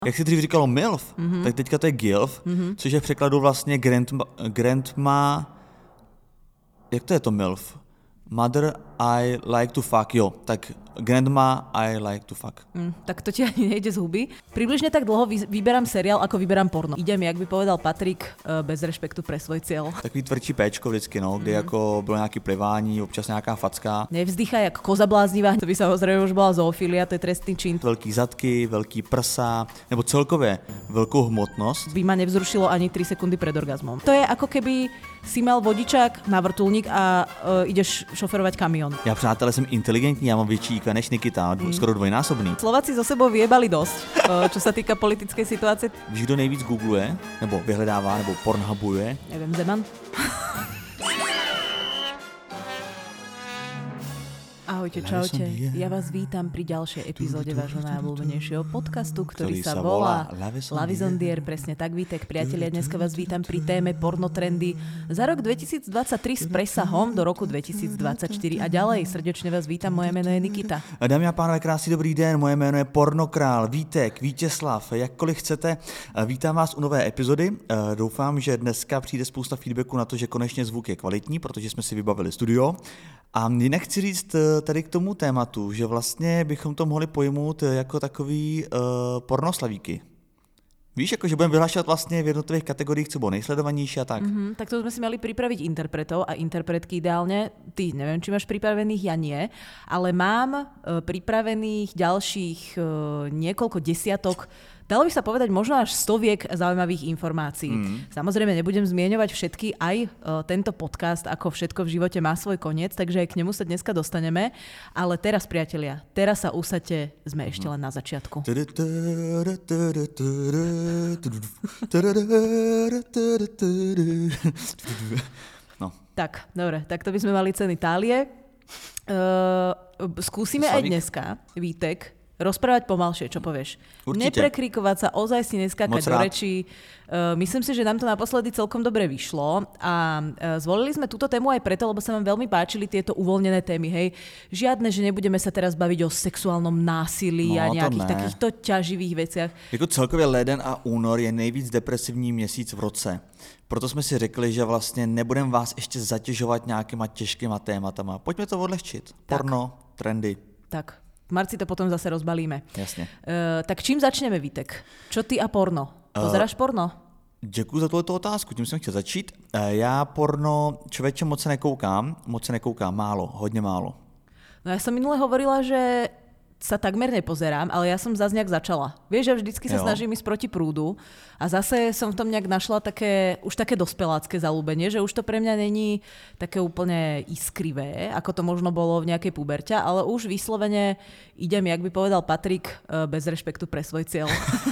Jak si dřív říkalo MILF, tak teďka to je GILF, což je v překladu vlastně grandma, jak to je to MILF? Mother I like to fuck, jo, tak grandma I like to fuck. Tak to ti ani nejde z huby. Približne tak dlho vyberám seriál, ako vyberám porno. Idem, jak by povedal Patrik, bez rešpektu pre svoj cieľ. Takový tvrdší péčko vždycky, no, kdy jako bylo nějaký plivání, občas nějaká facka. Nevzdychá jak koza bláznivá, to by samozrejme už bola zoofilia, to je trestný čin. Velký zadky, velký prsa, nebo celkově velkou hmotnost. By ma nevzrušilo ani 3 sekundy pred orgazmom. To je ako keby si mal vodičák na vrtuľník a ideš šoferovať kamión. Já, přátelé, jsem inteligentní, já mám větší IQ než Nikita, skoro dvojnásobný. Slováci zo sebou vyjebali dosť, čo sa týka politickej situácie. Víš, kdo nejvíc googluje, nebo vyhledává, nebo pornhubuje? Neviem, Zeman? Ahojte, čaute. Ja vás vítam pri ďalšej epizóde vášho najobľúbenejšieho podcastu, ktorý sa volá Lavizondier. Presne tak, Vítek, priatelia. Dneska vás vítam pri téme pornotrendy za rok 2023 s presahom do roku 2024 a ďalej. Srdečne vás vítam, moje meno je Nikita. Dámy a pánové, krásný dobrý den, moje jméno je Pornokrál, Vítek, Vítězslav, jakkoliv chcete. Vítám vás u nové epizody. Doufám, že dneska přijde spousta feedbacku na to, že konečně zvuk je kvalitní, protože jsme si vybavili studio. A jinak chci říct tady k tomu tématu, že vlastně bychom to mohli pojmout jako takový pornoslavíky. Víš, že budeme vyhlašovat vlastně v jednotlivých kategoriích, co bylo nejsledovanější a tak. Tak to sme si mali pripraviť interpretov a interpretky ideálne. Ty, neviem, či máš pripravených, ja nie, ale mám pripravených ďalších niekoľko desiatok, dalo by sa povedať možno až 100 zaujímavých informácií. Samozrejme nebudem zmieňovať všetky, aj tento podcast, ako všetko v živote má svoj koniec, takže aj k nemu sa dneska dostaneme. Ale teraz, priatelia, teraz sa usadte, sme ešte len na začiatku. No. Tak, dobre, tak to by sme mali ceny tálie. Skúsime aj dneska, Vítek, rozprávať pomalšie, čo povieš? Určite. Neprekríkovať sa, ozaj si neskákať do rečí. Myslím si, že nám to naposledy celkom dobre vyšlo a zvolili sme túto tému aj preto, lebo sa vám veľmi páčili tieto uvoľnené témy, hej. Žiadne, že nebudeme sa teraz baviť o sexuálnom násilí a nejakých takýchto ťaživých veciach. Jako celkově leden a únor je nejvíc depresivní měsíc v roce. Proto jsme si řekli, že vlastně nebudeme vás ještě zatěžovat nějakýma těžkýma tématama. Pojďme to odlehčit. Porno, trendy. Tak. V marci to potom zase rozbalíme. Jasně. Tak čím začneme, Vítek? Čo ty a porno? Pozeráš porno? Děkuji za tuto otázku, tím jsem chtěl začít. Já porno člověče moc se nekoukám, málo, hodně málo. No ja som minule hovorila, že sa takmer nepozerám, ale ja som zase nejak začala. Vieš, že vždycky sa snažím ísť proti prúdu a zase som v tom nejak našla už také dospelácké zalúbenie, že už to pre mňa není také úplne iskrivé, ako to možno bolo v nejakej puberte, ale už vyslovene idem, jak by povedal Patrik, bez rešpektu pre svoj cieľ.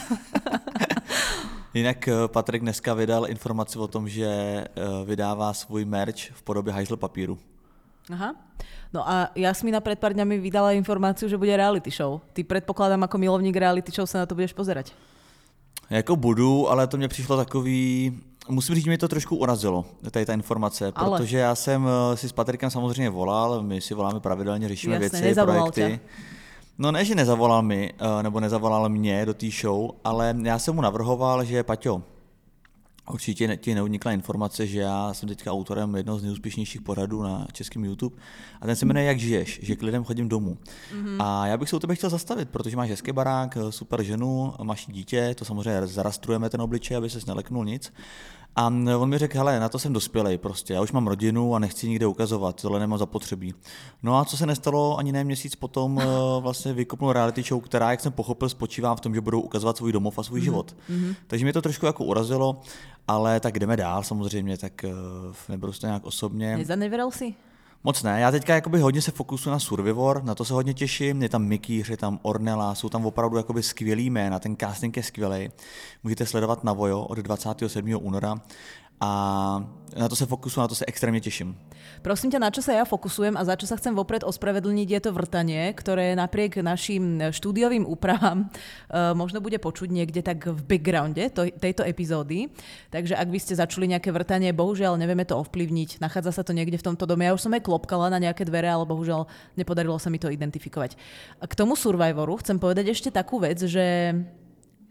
Jinak Patrik dneska vydal informaci o tom, že vydává svůj merch v podobě hajzl papíru. Aha. No a Jasmina pred pár dňami vydala informáciu, že bude reality show. Ty, predpokladám, ako milovník reality show sa na to budeš pozerať. Jako budu, ale to mě přišlo takový... Musím říct, že mě to trošku urazilo, tady ta informace, protože já jsem si s Patrikem samozřejmě volal, my si voláme pravidelně, řešíme věci, projekty. No ne, že nezavolal mi, nebo nezavolal mě do té show, ale já jsem mu navrhoval, že Paťo, určitě ti neunikla informace, že já jsem teďka autorem jednoho z nejúspěšnějších pořadů na českém YouTube a ten se jmenuje Jak žiješ, že k lidem chodím domů. A já bych se u tebe chtěl zastavit, protože máš hezký barák, super ženu, máš dítě, to samozřejmě zarastrujeme ten obličej, aby ses neleknul nic. A on mi řekl, hele, na to jsem dospělej prostě, já už mám rodinu a nechci nikde ukazovat, tohle nemám zapotřebí. No a co se nestalo, ani ne měsíc potom vlastně vykopnul reality show, která, jak jsem pochopil, spočívá v tom, že budou ukazovat svůj domov a svůj život. Takže mě to trošku jako urazilo, ale tak jdeme dál samozřejmě, tak nebudu to nějak osobně. Nezanevěral si? Moc ne, já teďka jakoby hodně se fokusuju na Survivor, na to se hodně těším, je tam Mikýř, je tam Ornella, jsou tam opravdu jakoby skvělý jména, ten casting je skvělej. Můžete sledovat na Vojo od 27. února a na to se fokusuju, na to se extrémně těším. Prosím ťa, na čo sa ja fokusujem a za čo sa chcem vopred ospravedlniť, je to vrtanie, ktoré napriek našim štúdiovým úpravám možno bude počuť niekde tak v backgrounde tejto epizódy. Takže ak by ste začuli nejaké vrtanie, bohužiaľ nevieme to ovplyvniť. Nachádza sa to niekde v tomto dome. Ja už som aj klopkala na nejaké dvere, ale bohužiaľ nepodarilo sa mi to identifikovať. K tomu Survivoru chcem povedať ešte takú vec, že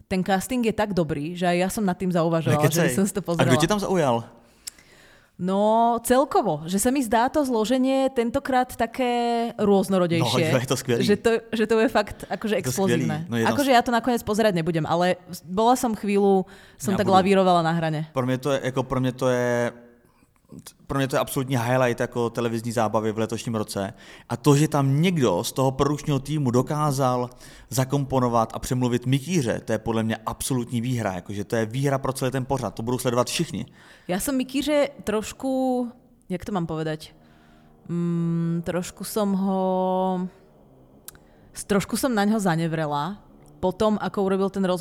ten casting je tak dobrý, že aj ja som nad tým zauvažovala, že som si to pozerala. A kdo ti tam zaujal? No, celkovo, že sa mi zdá to zloženie tentokrát také rôznorodejšie. No, je to skvělý. Že to je fakt akože explozívne. No, akože ja to nakoniec pozerať nebudem, ale bola som chvíľu, tak lavírovala na hrane. Pro mě to je absolutní highlight jako televizní zábavy v letošním roce. A to, že tam někdo z toho produkčního týmu dokázal zakomponovat a přemluvit Mikýře, to je podle mě absolutní výhra. Jakože to je výhra pro celý ten pořad. To budou sledovat všichni. Ja som Mikýře trošku, jak to mám povedať, trošku som na ňo zanevrela. Potom, ako urobil ten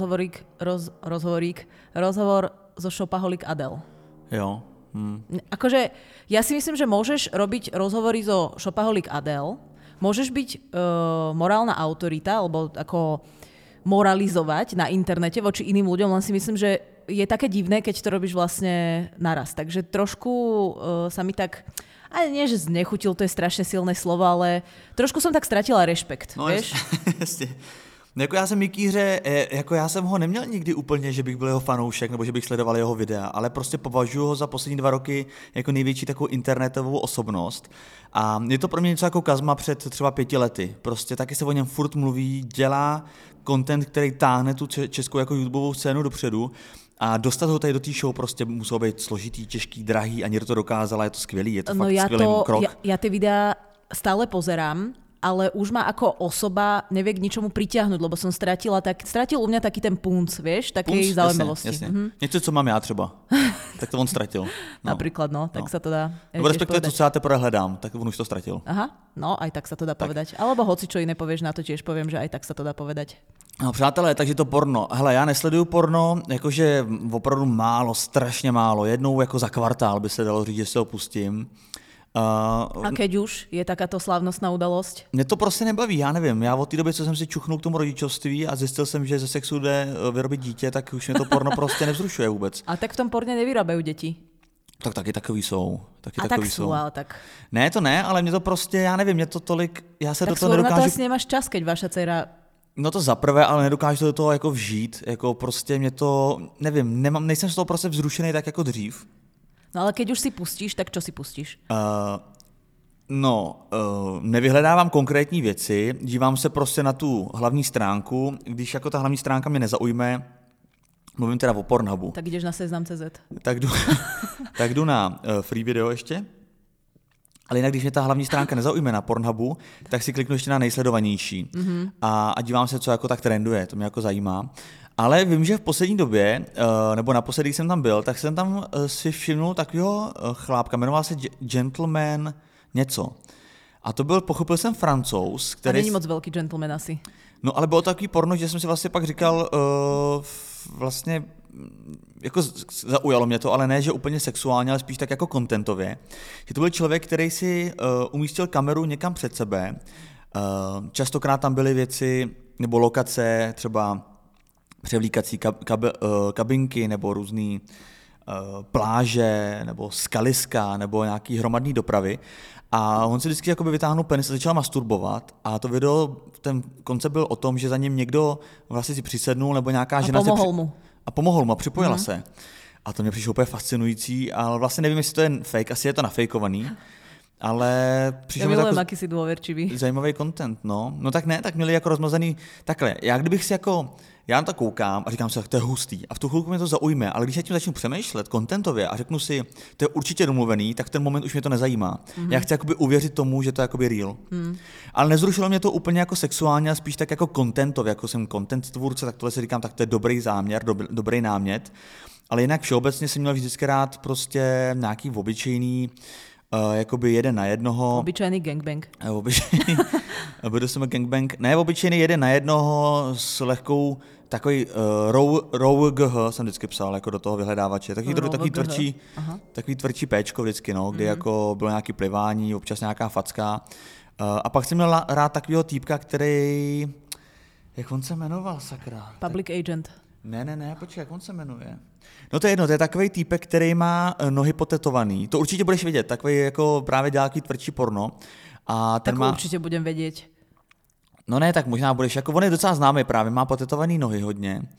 rozhovor so Shopaholic Adele. Jo. Akože ja si myslím, že môžeš robiť rozhovory so Shopaholic Adele, môžeš byť morálna autorita, alebo ako moralizovať na internete voči iným ľuďom, len si myslím, že je také divné, keď to robíš vlastne naraz. Takže trošku sa mi tak, ale nie, že znechutil, to je strašne silné slovo, ale trošku som tak stratila rešpekt, vieš? Jasně. Jako já jsem Mikýře, jako já jsem ho neměl nikdy úplně, že bych byl jeho fanoušek nebo že bych sledoval jeho videa, ale prostě považuji ho za poslední 2 roky jako největší takovou internetovou osobnost. A je to pro mě něco jako Kazma před třeba 5 lety. Prostě taky se o něm furt mluví, dělá content, který táhne tu českou jako YouTubeovou scénu dopředu. A dostat ho tady do té show prostě muselo být složitý, těžký, drahý a někdo to dokázala, je to skvělý, je to fakt skvělý krok. Ja ty videá stále pozerám, ale už ma ako osoba nevie k ničomu pritiahnuť, lebo som stratil u mňa taký ten punc, vieš, takej zaujímavosti. Jasne. Něco, co mám já třeba. Tak to on ztratil. No. Napríklad, tak sa to dá respektive to, co já teprve hledám, tak on už to ztratil. Aha, aj tak sa to dá povedať. Alebo hoci čo iné povieš, na to tiež poviem, že aj tak sa to dá povedať. No přátelé, takže to porno. Hele, já nesleduju porno, jakože opravdu málo, strašně málo. Jednou jako za kvartál by se dalo říct, že se ho pustím. A keď už je takáto slávnostná udalosť? Mě to prostě nebaví, já nevím. Já od té doby, co jsem si čuchnul k tomu rodičovství a zjistil jsem, že ze sexu jde vyrobit dítě, tak už mě to porno prostě nevzrušuje vůbec. A tak v tom porně nevyrábají děti? Tak taky takový jsou. Ale tak. Ne, to ne, ale mě to prostě, já nevím, mě to tolik, já se tak do toho nedokážu... Tak na to asi nemáš čas, keď vaša dcera... No to zaprvé, ale nedokážu do toho jako vžít, jako prostě mě to, nevím, nejsem z toho prostě vzrušený tak jako dřív. No ale keď už si pustíš, tak čo si pustíš? Nevyhledávám konkrétní věci, dívám se prostě na tu hlavní stránku, když jako ta hlavní stránka mě nezaujme, mluvím teda o Pornhubu. Tak jdeš na Seznam.cz. Tak jdu na free video ještě, ale jinak, když mě ta hlavní stránka nezaujme na Pornhubu, tak si kliknu ještě na nejsledovanější a dívám se, co jako tak trenduje, to mě jako zajímá. Ale vím, že v poslední době, nebo naposledy, když jsem tam byl, tak jsem tam si všimnul takového chlápka, jmenoval se Gentleman něco. A to byl, pochopil jsem, Francouz, který... A není moc velký gentleman asi. No ale bylo takový porno, že jsem si vlastně pak říkal, vlastně, jako zaujalo mě to, ale ne, že úplně sexuálně, ale spíš tak jako contentově. Že to byl člověk, který si umístil kameru někam před sebe. Častokrát tam byly věci, nebo lokace, třeba převlíkací kabinky nebo různý pláže nebo skaliska nebo nějaký hromadný dopravy. A on si vždycky jakoby vytáhnul penis a začal masturbovat a to video, ten koncept byl o tom, že za ním někdo vlastně si přisednul nebo nějaká žena a pomohl mu a připojila se. A to mě přišlo úplně fascinující, ale vlastně nevím, jestli to je fake, asi je to nafejkovaný. Ale přišel mi takový zajímavý content, no. No tak ne, tak měli jako rozmazaný takhle. Já kdybych si jako, já na to koukám a říkám si, tak to je hustý a v tu chvilku mě to zaujme, ale když já tím začnu přemýšlet contentově a řeknu si, to je určitě domluvený, tak ten moment už mě to nezajímá. Já chci jakoby uvěřit tomu, že to je jakoby real. Ale nezrušilo mě to úplně jako sexuálně, a spíš tak jako contentově, jako jsem content tvůrce, tak tohle si říkám, tak to je dobrý záměr, dobrý námět. Ale jinak všeobecně jsem měl vždycky rád prostě nějaký obyčejný jakoby jeden na jednoho. Obyčejný gangbang. Obyčejný jeden na jednoho s lehkou takový row GH jsem vždycky psal jako do toho vyhledávače. Takový tvrdší péčko vždycky, no, kdy jako bylo nějaký plivání, občas nějaká facka. A pak jsem měl rád takovýho týpka, který, jak on se jmenoval, sakra? Public agent. Ne, počkej, jak on se jmenuje? No to je jedno, to je takový týpek, který má nohy potetovaný. To určitě budeš vědět, takový jako právě dělá takový tvrdší porno. A ten tak určitě budem vědět. No ne, tak možná budeš, jako on je docela známý právě, má potetovaný nohy hodně.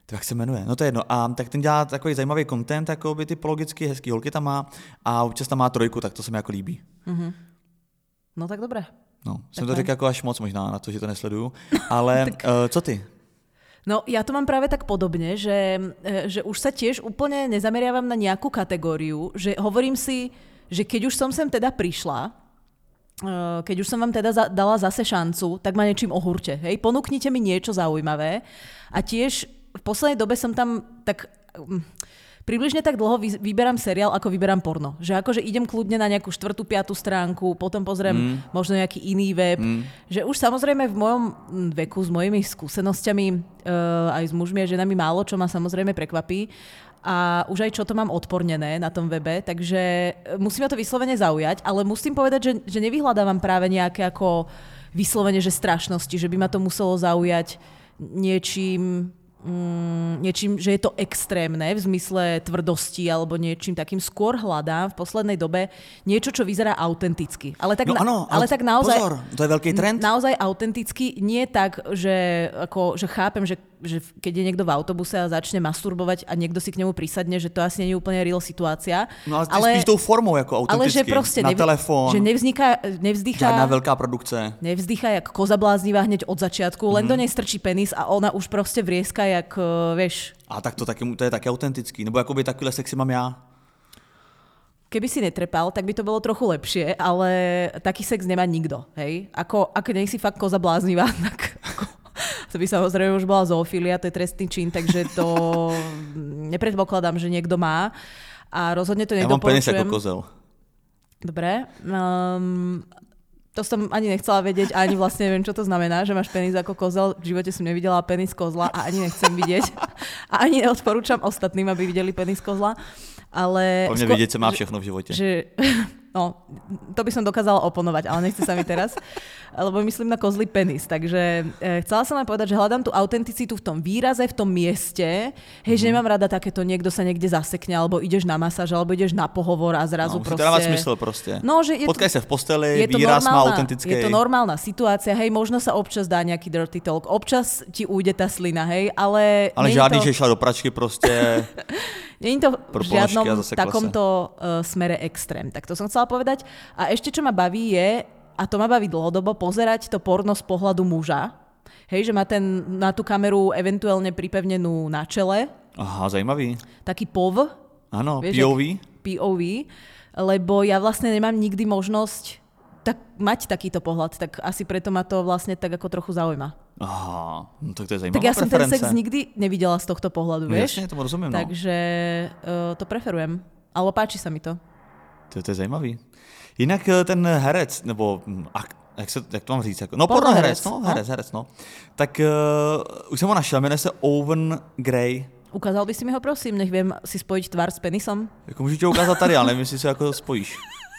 To jak se jmenuje? No to je jedno. A tak ten dělá takový zajímavý content, jako by typologicky hezký holky tam má a občas tam má 3, tak to se mi jako líbí. Mm-hmm. No tak dobré. No, jsem to řekl jako až moc možná na to, že to nesleduju. Ale co ty? No ja to mám práve tak podobne, že už sa tiež úplne nezameriavam na nejakú kategóriu, že hovorím si, že keď už som sem teda prišla, keď už som vám teda dala zase šancu, tak ma niečím ohúrte. Hej? Ponúknite mi niečo zaujímavé a tiež v poslednej dobe som tam tak... Približne tak dlho vyberám seriál, ako vyberám porno. Že akože idem kľudne na nejakú 4., 5. stránku, potom pozriem možno nejaký iný web. Že už samozrejme v mojom veku s mojimi skúsenosťami aj s mužmi a ženami málo, čo ma samozrejme prekvapí. A už aj čo to mám odpornené na tom webe, takže musí ma to vyslovene zaujať, ale musím povedať, že nevyhľadávam práve nejaké ako vyslovene, že strašnosti, že by ma to muselo zaujať niečím, že je to extrémne v zmysle tvrdosti alebo niečím takým. Skôr hľadám v poslednej dobe niečo, čo vyzerá autenticky. Ale tak, ale tak naozaj... Pozor, to je veľký trend. Naozaj autenticky, nie tak, že chápem, že keď je niekto v autobuse a začne masturbovať a niekto si k nemu prisadne, že to asi nie je úplne real situácia. No ale spíš tou formou jako autenticky. Ale že proste na telefón. Že nevzdychá... Žiadna veľká produkce. Nevzdychá jak koza bláznivá hneď od začiatku, len do nej strčí penis a ona už proste vrieska jak, vieš... A tak to je taky autentický. Nebo jakoby takovýhle sexy mám já. Keby si netrepal, tak by to bolo trochu lepšie, ale taký sex nemá nikto, hej? Ak nie si fakt koza bláznivá, tak... To by samozrejme už bola zoofília, to je trestný čin, takže to nepredpokladám, že niekto má. A rozhodne to nedoporučujem. Ja mám penis ako kozel. Dobre. To som ani nechcela vedieť, ani vlastne neviem, čo to znamená, že máš penis ako kozel. V živote som nevidela penis kozla a ani nechcem vidieť. A ani neodporúčam ostatným, aby videli penis kozla. Ale po mne vidieť sa má všechno v živote. No, to by som dokázala oponovať, ale nechce sa mi teraz, lebo myslím na kozlý penis. Takže chcela som len povedať, že hľadám tú autenticitu v tom výraze, v tom mieste. Hej, že nemám rada takéto, niekto sa niekde zasekne, alebo ideš na masáž, alebo ideš na pohovor a zrazu proste... No, musí to dávať smysl proste. No, že potkaj sa v posteli, výraz má autentický. Je to normálna situácia, hej, možno sa občas dá nejaký dirty talk, občas ti ujde tá slina, hej, ale... Ale žiadny, že išla do pračky proste... Nie je to v žiadnom takomto smere extrém. Tak to som chcela povedať. A ešte čo ma baví je, a to ma baví dlhodobo, pozerať to porno z pohľadu muža. Hej, že má na tú kameru eventuálne pripevnenú na čele. Aha, zajímavý. Taký POV. Áno, vieš, POV. Lebo ja vlastne nemám nikdy možnosť mať takýto pohľad, tak asi preto ma to vlastne tak ako trochu zaujíma. Aha, no tak to je zajímavá tak ja preference. Som ten sex nikdy nevidela z tohto pohľadu, vieš? Jasne, tomu rozumiem. Takže to preferujem. Ale páči sa mi to. To je zajímavý. Jinak ten herec, nebo jak to mám říct? No pornoherec, herec. Tak už jsem ho našel, jmenuje se Owen Gray. Ukázal by si mi ho, prosím, nech viem si spojiť tvár s penisom? Jako můžu ti ho ukázat tady, ale nevím, jestli se jako spojíš.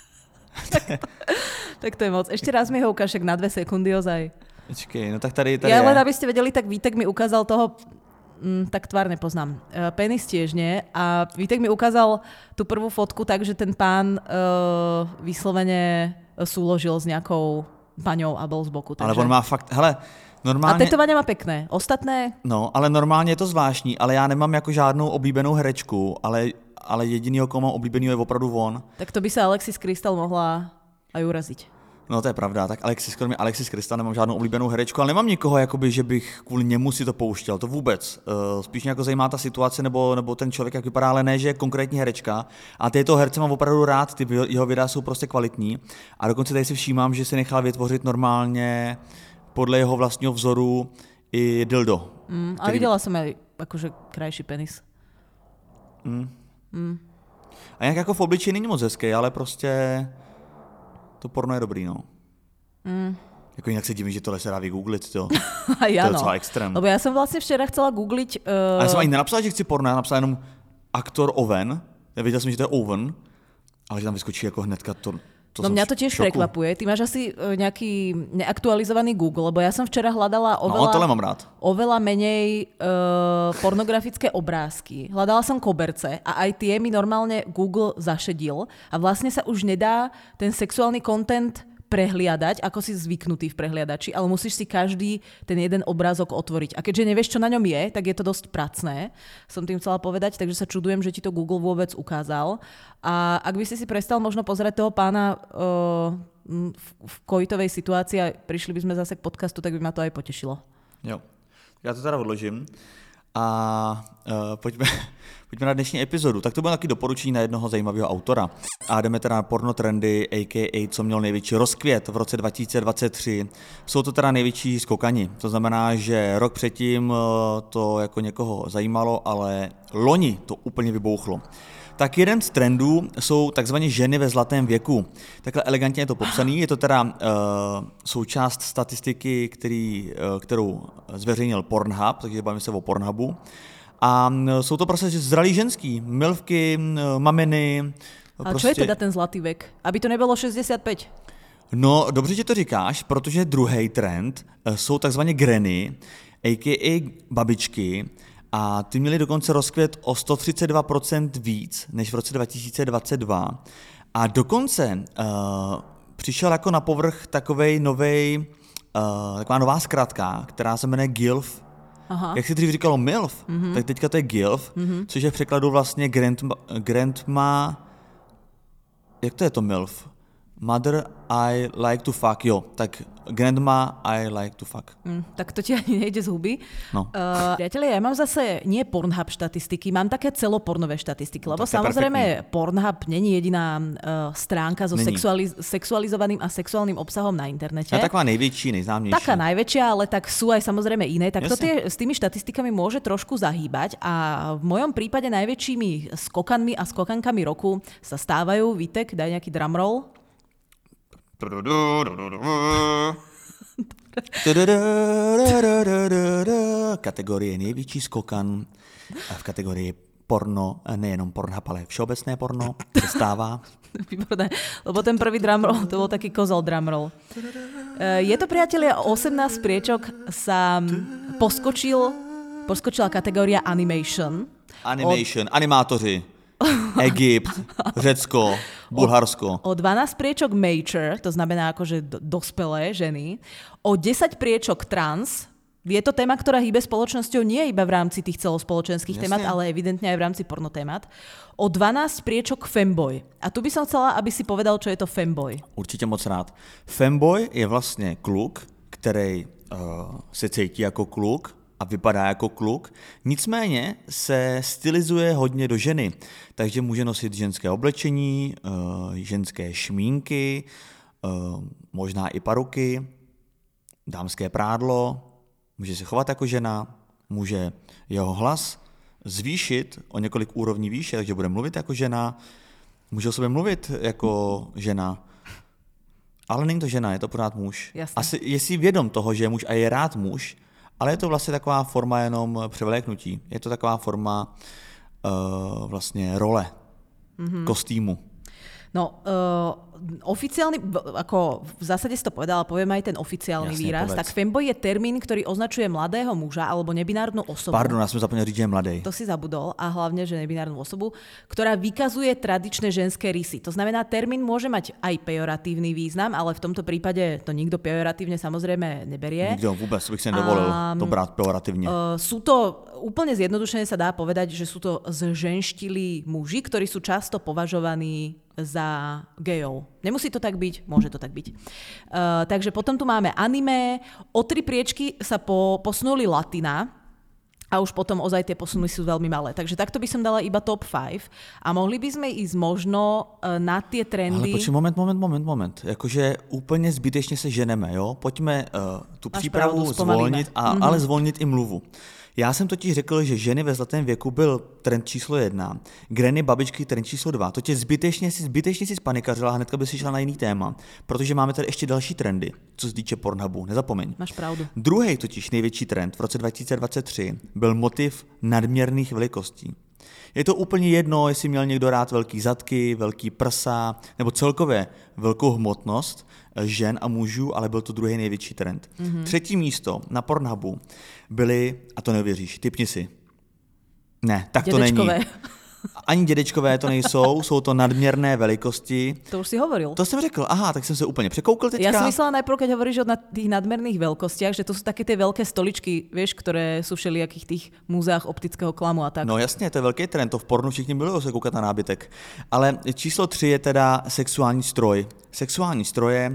Tak to je moc. Ešte raz mi ho ukáž na 2 sekundy ozaj. Počkej, no tak tady ja je. len aby ste vedeli, tak Vítek mi ukázal toho, tak tvár nepoznám. Penis tiež nie. A Vítek mi ukázal tú prvú fotku tak, že ten pán vyslovene súložil s nejakou paňou a bol z boku. Takže... Ale on má fakt, hele, normálně... A tetovania má pekné. Ostatné? No, ale normálně je to zvláštní, ale já nemám jako žádnou oblíbenou herečku, ale jedinýho, koho mám oblíbenýho, je opravdu on. Tak to by sa Alexis Crystal mohla aj uraziť. No to je pravda, tak kromě Alexis Crystal nemám žádnou oblíbenou herečku, ale nemám nikoho, jakoby, že bych kvůli němu si to pouštěl, to vůbec. Spíš mě jako zajímá ta situace nebo ten člověk, jak vypadá, ale ne, že je konkrétní herečka. A tyto herce mám opravdu rád, ty jeho videa jsou prostě kvalitní. A dokonce tady si všímám, že si nechal vytvořit normálně podle jeho vlastního vzoru i dildo. A viděla jsem aj akože krajší penis. A nějak jako v obličeji není moc hezký, ale prostě to porno je dobrý, no. Jako jinak se divím, že tohle se dá vygooglit, to. A ja, to je docela extrém. Lebo ja som vlastne včera chcela googliť... A ja som ani nenapsala, že chci porno, ja napsala jenom aktor Owen. Ja vedel som, že to je Owen, ale že tam vyskočí jako hnedka to. No mňa to tiež prekvapuje. Ty máš asi nejaký neaktualizovaný Google, lebo ja som včera hľadala oveľa menej pornografické obrázky. Hľadala som koberce a aj tie mi normálne Google zašedil a vlastne sa už nedá ten sexuálny content prehliadať, ako si zvyknutý v prehliadači, ale musíš si každý ten jeden obrázok otvoriť. A keďže nevieš, čo na ňom je, tak je to dosť pracné, som tým chcela povedať, takže sa čudujem, že ti to Google vôbec ukázal. A ak by si prestal možno pozerať toho pána v covidovej situácii a prišli by sme zase k podcastu, tak by ma to aj potešilo. Jo, já to teda odložím. A pojďme na dnešní epizodu. Tak to bylo taky doporučení na jednoho zajímavého autora. A jdeme teda na pornotrendy, a.k.a. co měl největší rozkvět v roce 2023. Jsou to teda největší skokani. To znamená, že rok předtím to jako někoho zajímalo, ale loni to úplně vybouchlo. Tak jeden z trendů jsou takzvané ženy ve zlatém věku. Takhle elegantně je to popsaný. Je to teda součást statistiky, kterou zveřejnil Pornhub, takže bavíme se o Pornhubu. A jsou to prostě zralí ženský, milvky, maminy. A prostě... čo je teda ten zlatý vek? Aby to nebylo 65. No, dobře, že to říkáš, protože druhý trend jsou takzvané granny, a.k.a. babičky, a ty měli dokonce rozkvět o 132% víc než v roce 2022. A dokonce přišel jako na povrch taková nová zkratka, která se jmenuje GILF. Aha. Jak si dřív říkalo MILF, tak teďka to je GILF, což je v překladu vlastně grandma, jak to je to MILF? Mother I like to fuck, jo, tak grandma I like to fuck. Tak to ti ani nejde z huby. No. Priatelia, ja mám zase nie Pornhub štatistiky, mám také celopornové štatistiky, lebo samozrejme Pornhub není jediná stránka so sexualizovaným a sexuálnym obsahom na internete. A taková nejväčší, nejznámejší. Taká najväčšia, ale tak sú aj samozrejme iné. Tak to s tými štatistikami môže trošku zahýbať a v mojom prípade najväčšími skokanmi a skokankami roku sa stávajú, Vítek, daj nejaký drumroll. Kategorie největší skokan v kategorii porno, nejenom Pornhub, ale všeobecné porno se stává. Výborné, lebo ten prvý drumroll, to bol taký kozol drumroll. Je to, priatelia, 18 priečok sa poskočila kategória animation. Animátoři. Egypt, Řecko, Bulharsko. O 12 priečok mature, to znamená akože dospelé ženy. O 10 priečok trans. Je to téma, ktorá hýbe spoločnosťou nie iba v rámci tých celospoločenských témat, ale evidentne aj v rámci pornotémat. O 12 priečok femboy. A tu by som chcela, aby si povedal, čo je to femboy. Určitě moc rád. Femboy je vlastně kluk, který se cítí jako kluk, a vypadá jako kluk, nicméně se stylizuje hodně do ženy, takže může nosit ženské oblečení, ženské šmínky, možná i paruky, dámské prádlo, může se chovat jako žena, může jeho hlas zvýšit o několik úrovní výše, takže bude mluvit jako žena, může o sobě mluvit jako žena, ale není to žena, je to pořád muž. Jasne. Asi je si vědom toho, že je muž a je rád muž, ale je to vlastně taková forma jenom převléknutí. Je to taková forma vlastně role, kostýmu. No, oficiálny, ako v zásade si to povedala, poviem aj ten oficiálny výraz, tak femboy je termín, ktorý označuje mladého muža alebo nebinárnu osobu. Pardon, ja som zapomněl říct, že je mladý. To si zabudol a hlavne, že nebinárnu osobu, ktorá vykazuje tradičné ženské rysy. To znamená, termín môže mať aj pejoratívny význam, ale v tomto prípade to nikto pejoratívne samozrejme neberie. Nikto, vôbec bych si nedovolil to brát pejoratívne. Sú to, úplne zjednodušene sa dá povedať, že sú to zženštilí muži, ktorí sú často považovaní za gejov. Nemusí to tak byť, môže to tak byť. Takže potom tu máme anime, o 3 priečky sa posunuli latina a už potom ozaj tie posuny sú veľmi malé. Takže takto by som dala iba top 5 a mohli by sme ísť možno na tie trendy. Ale počkej, moment. Jakože úplně zbytečně se ženeme, jo? Pojďme tu přípravu zvolnit, ale zvolnit i mluvu. Já jsem totiž řekl, že ženy ve zlatém věku byl trend číslo 1, granny babičky trend číslo 2. To tě zbytečně si spanikařila a hnedka by si šla na jiný téma, protože máme tady ještě další trendy, co se týče Pornhubu, nezapomeň. Máš pravdu. Druhý totiž největší trend v roce 2023 byl motiv nadměrných velikostí. Je to úplně jedno, jestli měl někdo rád velký zadky, velký prsa, nebo celkově velkou hmotnost žen a mužů, ale byl to druhý největší trend. Třetí místo na Pornhubu byly, a to neuvěříš, tipni si. Ne, tak to není. ani dědečkové to nejsou, jsou to nadměrné velikosti. To už si hovoril. To jsem řekl, aha, tak jsem se úplně překoukl teďka. Ja som myslela najprv, keď hovoríš o tých nadmerných veľkostiach, že to sú také tie veľké stoličky, vieš, ktoré sú v všelijakých tých múzeách optického klamu a tak. No jasně, to je velký trend, to v pornu všichni milují se koukat na nábytek. Ale číslo 3 je teda sexuální stroj. Sexuální stroje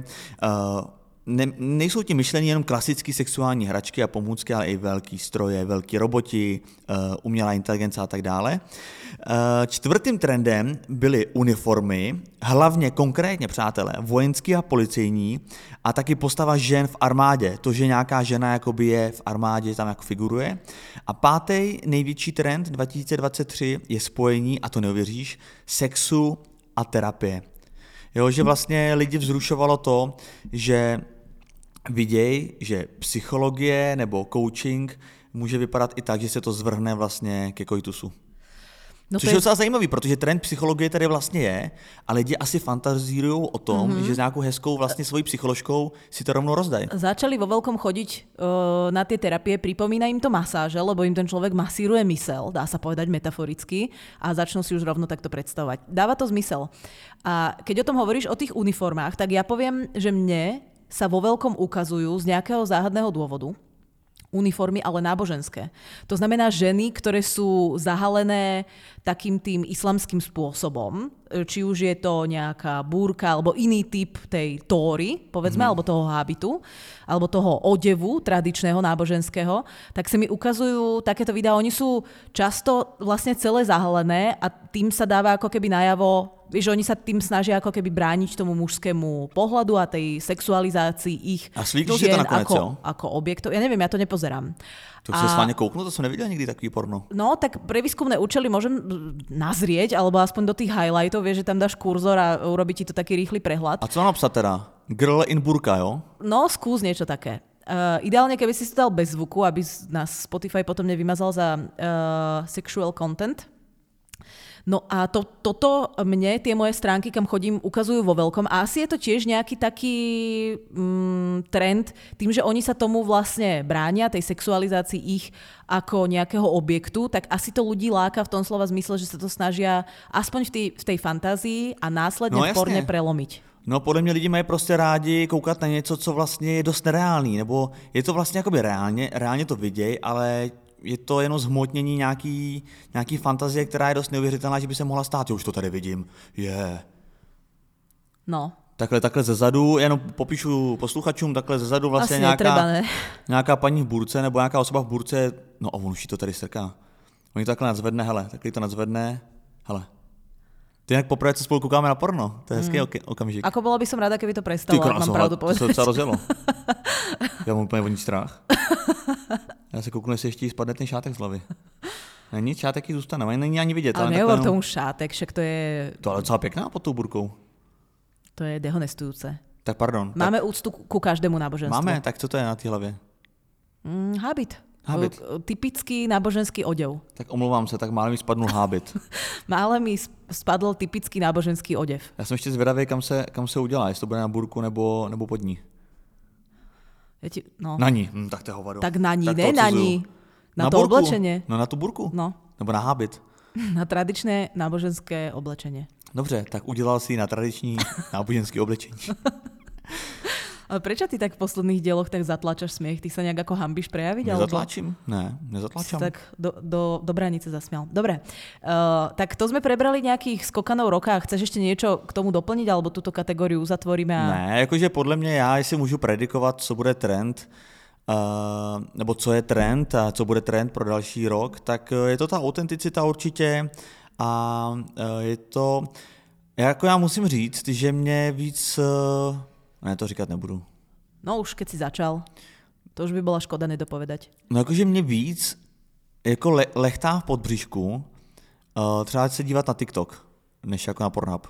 nejsou ti myšlení jenom klasické sexuální hračky a pomůcky, ale i velký stroje, velký roboti, umělá inteligence a tak dále. Čtvrtým trendem byly uniformy, hlavně konkrétně, přátelé, vojenský a policejní a taky postava žen v armádě. To, že nějaká žena jakoby je v armádě, tam jako figuruje. A pátý největší trend 2023 je spojení, a to neuvěříš, sexu a terapie. Jo, že vlastně lidi vzrušovalo to, že viděj, že psychologie nebo coaching může vypadat i tak, že se to zvrhne vlastně ke koitusu. No což je docela zajímavý, protože trend psychologie tady vlastně je a lidi asi fantazírují o tom, že s nějakou hezkou vlastně svojí psycholožkou si to rovnou rozdají. Začali vo veľkom chodiť na tie terapie, pripomína im to masáže, lebo im ten človek masíruje mysel, dá sa povedať metaforicky, a začnú si už rovno takto predstavovať. Dáva to zmysel. A keď o tom hovoríš o tých uniformách, tak ja poviem, že mne sa vo veľkom ukazujú z nejakého záhadného dôvodu uniformy, ale náboženské. To znamená ženy, ktoré sú zahalené takým tým islamským spôsobom, či už je to nejaká búrka alebo iný typ tej tóry, povedzme, alebo toho hábitu, alebo toho odevu tradičného náboženského, tak sa mi ukazujú takéto videá. Oni sú často vlastne celé zahalené a tým sa dáva ako keby najavo, že oni sa tým snažia ako keby brániť tomu mužskému pohľadu a tej sexualizácii ich žien ako objektov. Ja neviem, ja to nepozerám. To už sa s vámi kouknu, to som nevidel nikdy takový porno. No, tak pre výskumné účely môžem nazrieť, alebo aspoň do tých highlightov, vieš, že tam dáš kurzor a urobí ti to taký rýchly prehľad. A co mám napsať teda? Girl in burka, jo? No, skús niečo také. Ideálne, keby si to dal bez zvuku, aby nás Spotify potom nevymazal za sexual content. No a toto mne, tie moje stránky, kam chodím, ukazujú vo veľkom. A asi je to tiež nejaký taký trend, tým, že oni sa tomu vlastne bránia, tej sexualizácii ich ako nejakého objektu, tak asi to ľudí láka v tom slova zmysle, že sa to snažia aspoň v tej fantázii a následne v porne prelomiť. No podle mě lidi mají prostě rádi koukat na něco, co vlastně je dost nereálný, nebo je to vlastně jakoby reálně to viděj, ale je to jenom zhmotnění nějaký fantazie, která je dost neuvěřitelná, že by se mohla stát. Jo, už to tady vidím. No. Takhle zezadu, jenom popíšu posluchačům, takhle zezadu vlastně nějaká paní v burce nebo nějaká osoba v burce, no a on už to tady strká. Oni to takhle nadzvedne, hele, takhle to nadzvedne, hele. Ty jak poprvé se spolu koukáme na porno, to je hezký okamžik. Ako bola by som rada, keby to prestalo, mám pravdu povedať. To se docela rozjelo. Já mám úplně vodní strach. Já se kouknu, jestli ještě spadne ten šátek z hlavy. Není, šátek jí zůstane, není ani vidět. Ale nehovor tomu šátek, však to je... To ale docela pěkná pod tou burkou. To je dehonestujúce. Tak pardon. Máme úctu ku každému náboženstvu. Máme, tak co to je na té hlavě? Hábit. Typický náboženský odev. Tak omlouvám se, tak mále mi spadnul hábit. Mále mi spadl typický náboženský odev. Já jsem ještě zvědavý, kam se udělá, jestli to bude na burku nebo pod ní. No. Na ní, tak to je hovado. Tak na ní, ne na ní. Na to burku. Oblečenie. No na tu burku? No. Nebo na hábit. Na tradičné náboženské oblečenie. Dobře, tak udělal si na tradiční náboženské oblečení. Ale prečo ty tak v posledných dieloch tak zatlačaš smiech? Ty sa nejak ako hanbíš prejaviť? Nezatlačím, ne, nezatlačam. Tak do branice zasmial. Dobre, tak to sme prebrali nejakých skokanov roka. Chceš ešte niečo k tomu doplniť, alebo túto kategóriu uzatvoríme? Ne, jakože podle mě já, jestli můžu predikovat, co bude trend, nebo co je trend a co bude trend pro další rok, tak je to ta autenticita určitě a je to, jako já musím říct, že mě víc... Ne, to říkat nebudu. No už keď si začal, to už by bola škoda nedopovedať. No jakože mě víc jako lechtá v podbříšku třeba se dívat na TikTok, než jako na Pornhub.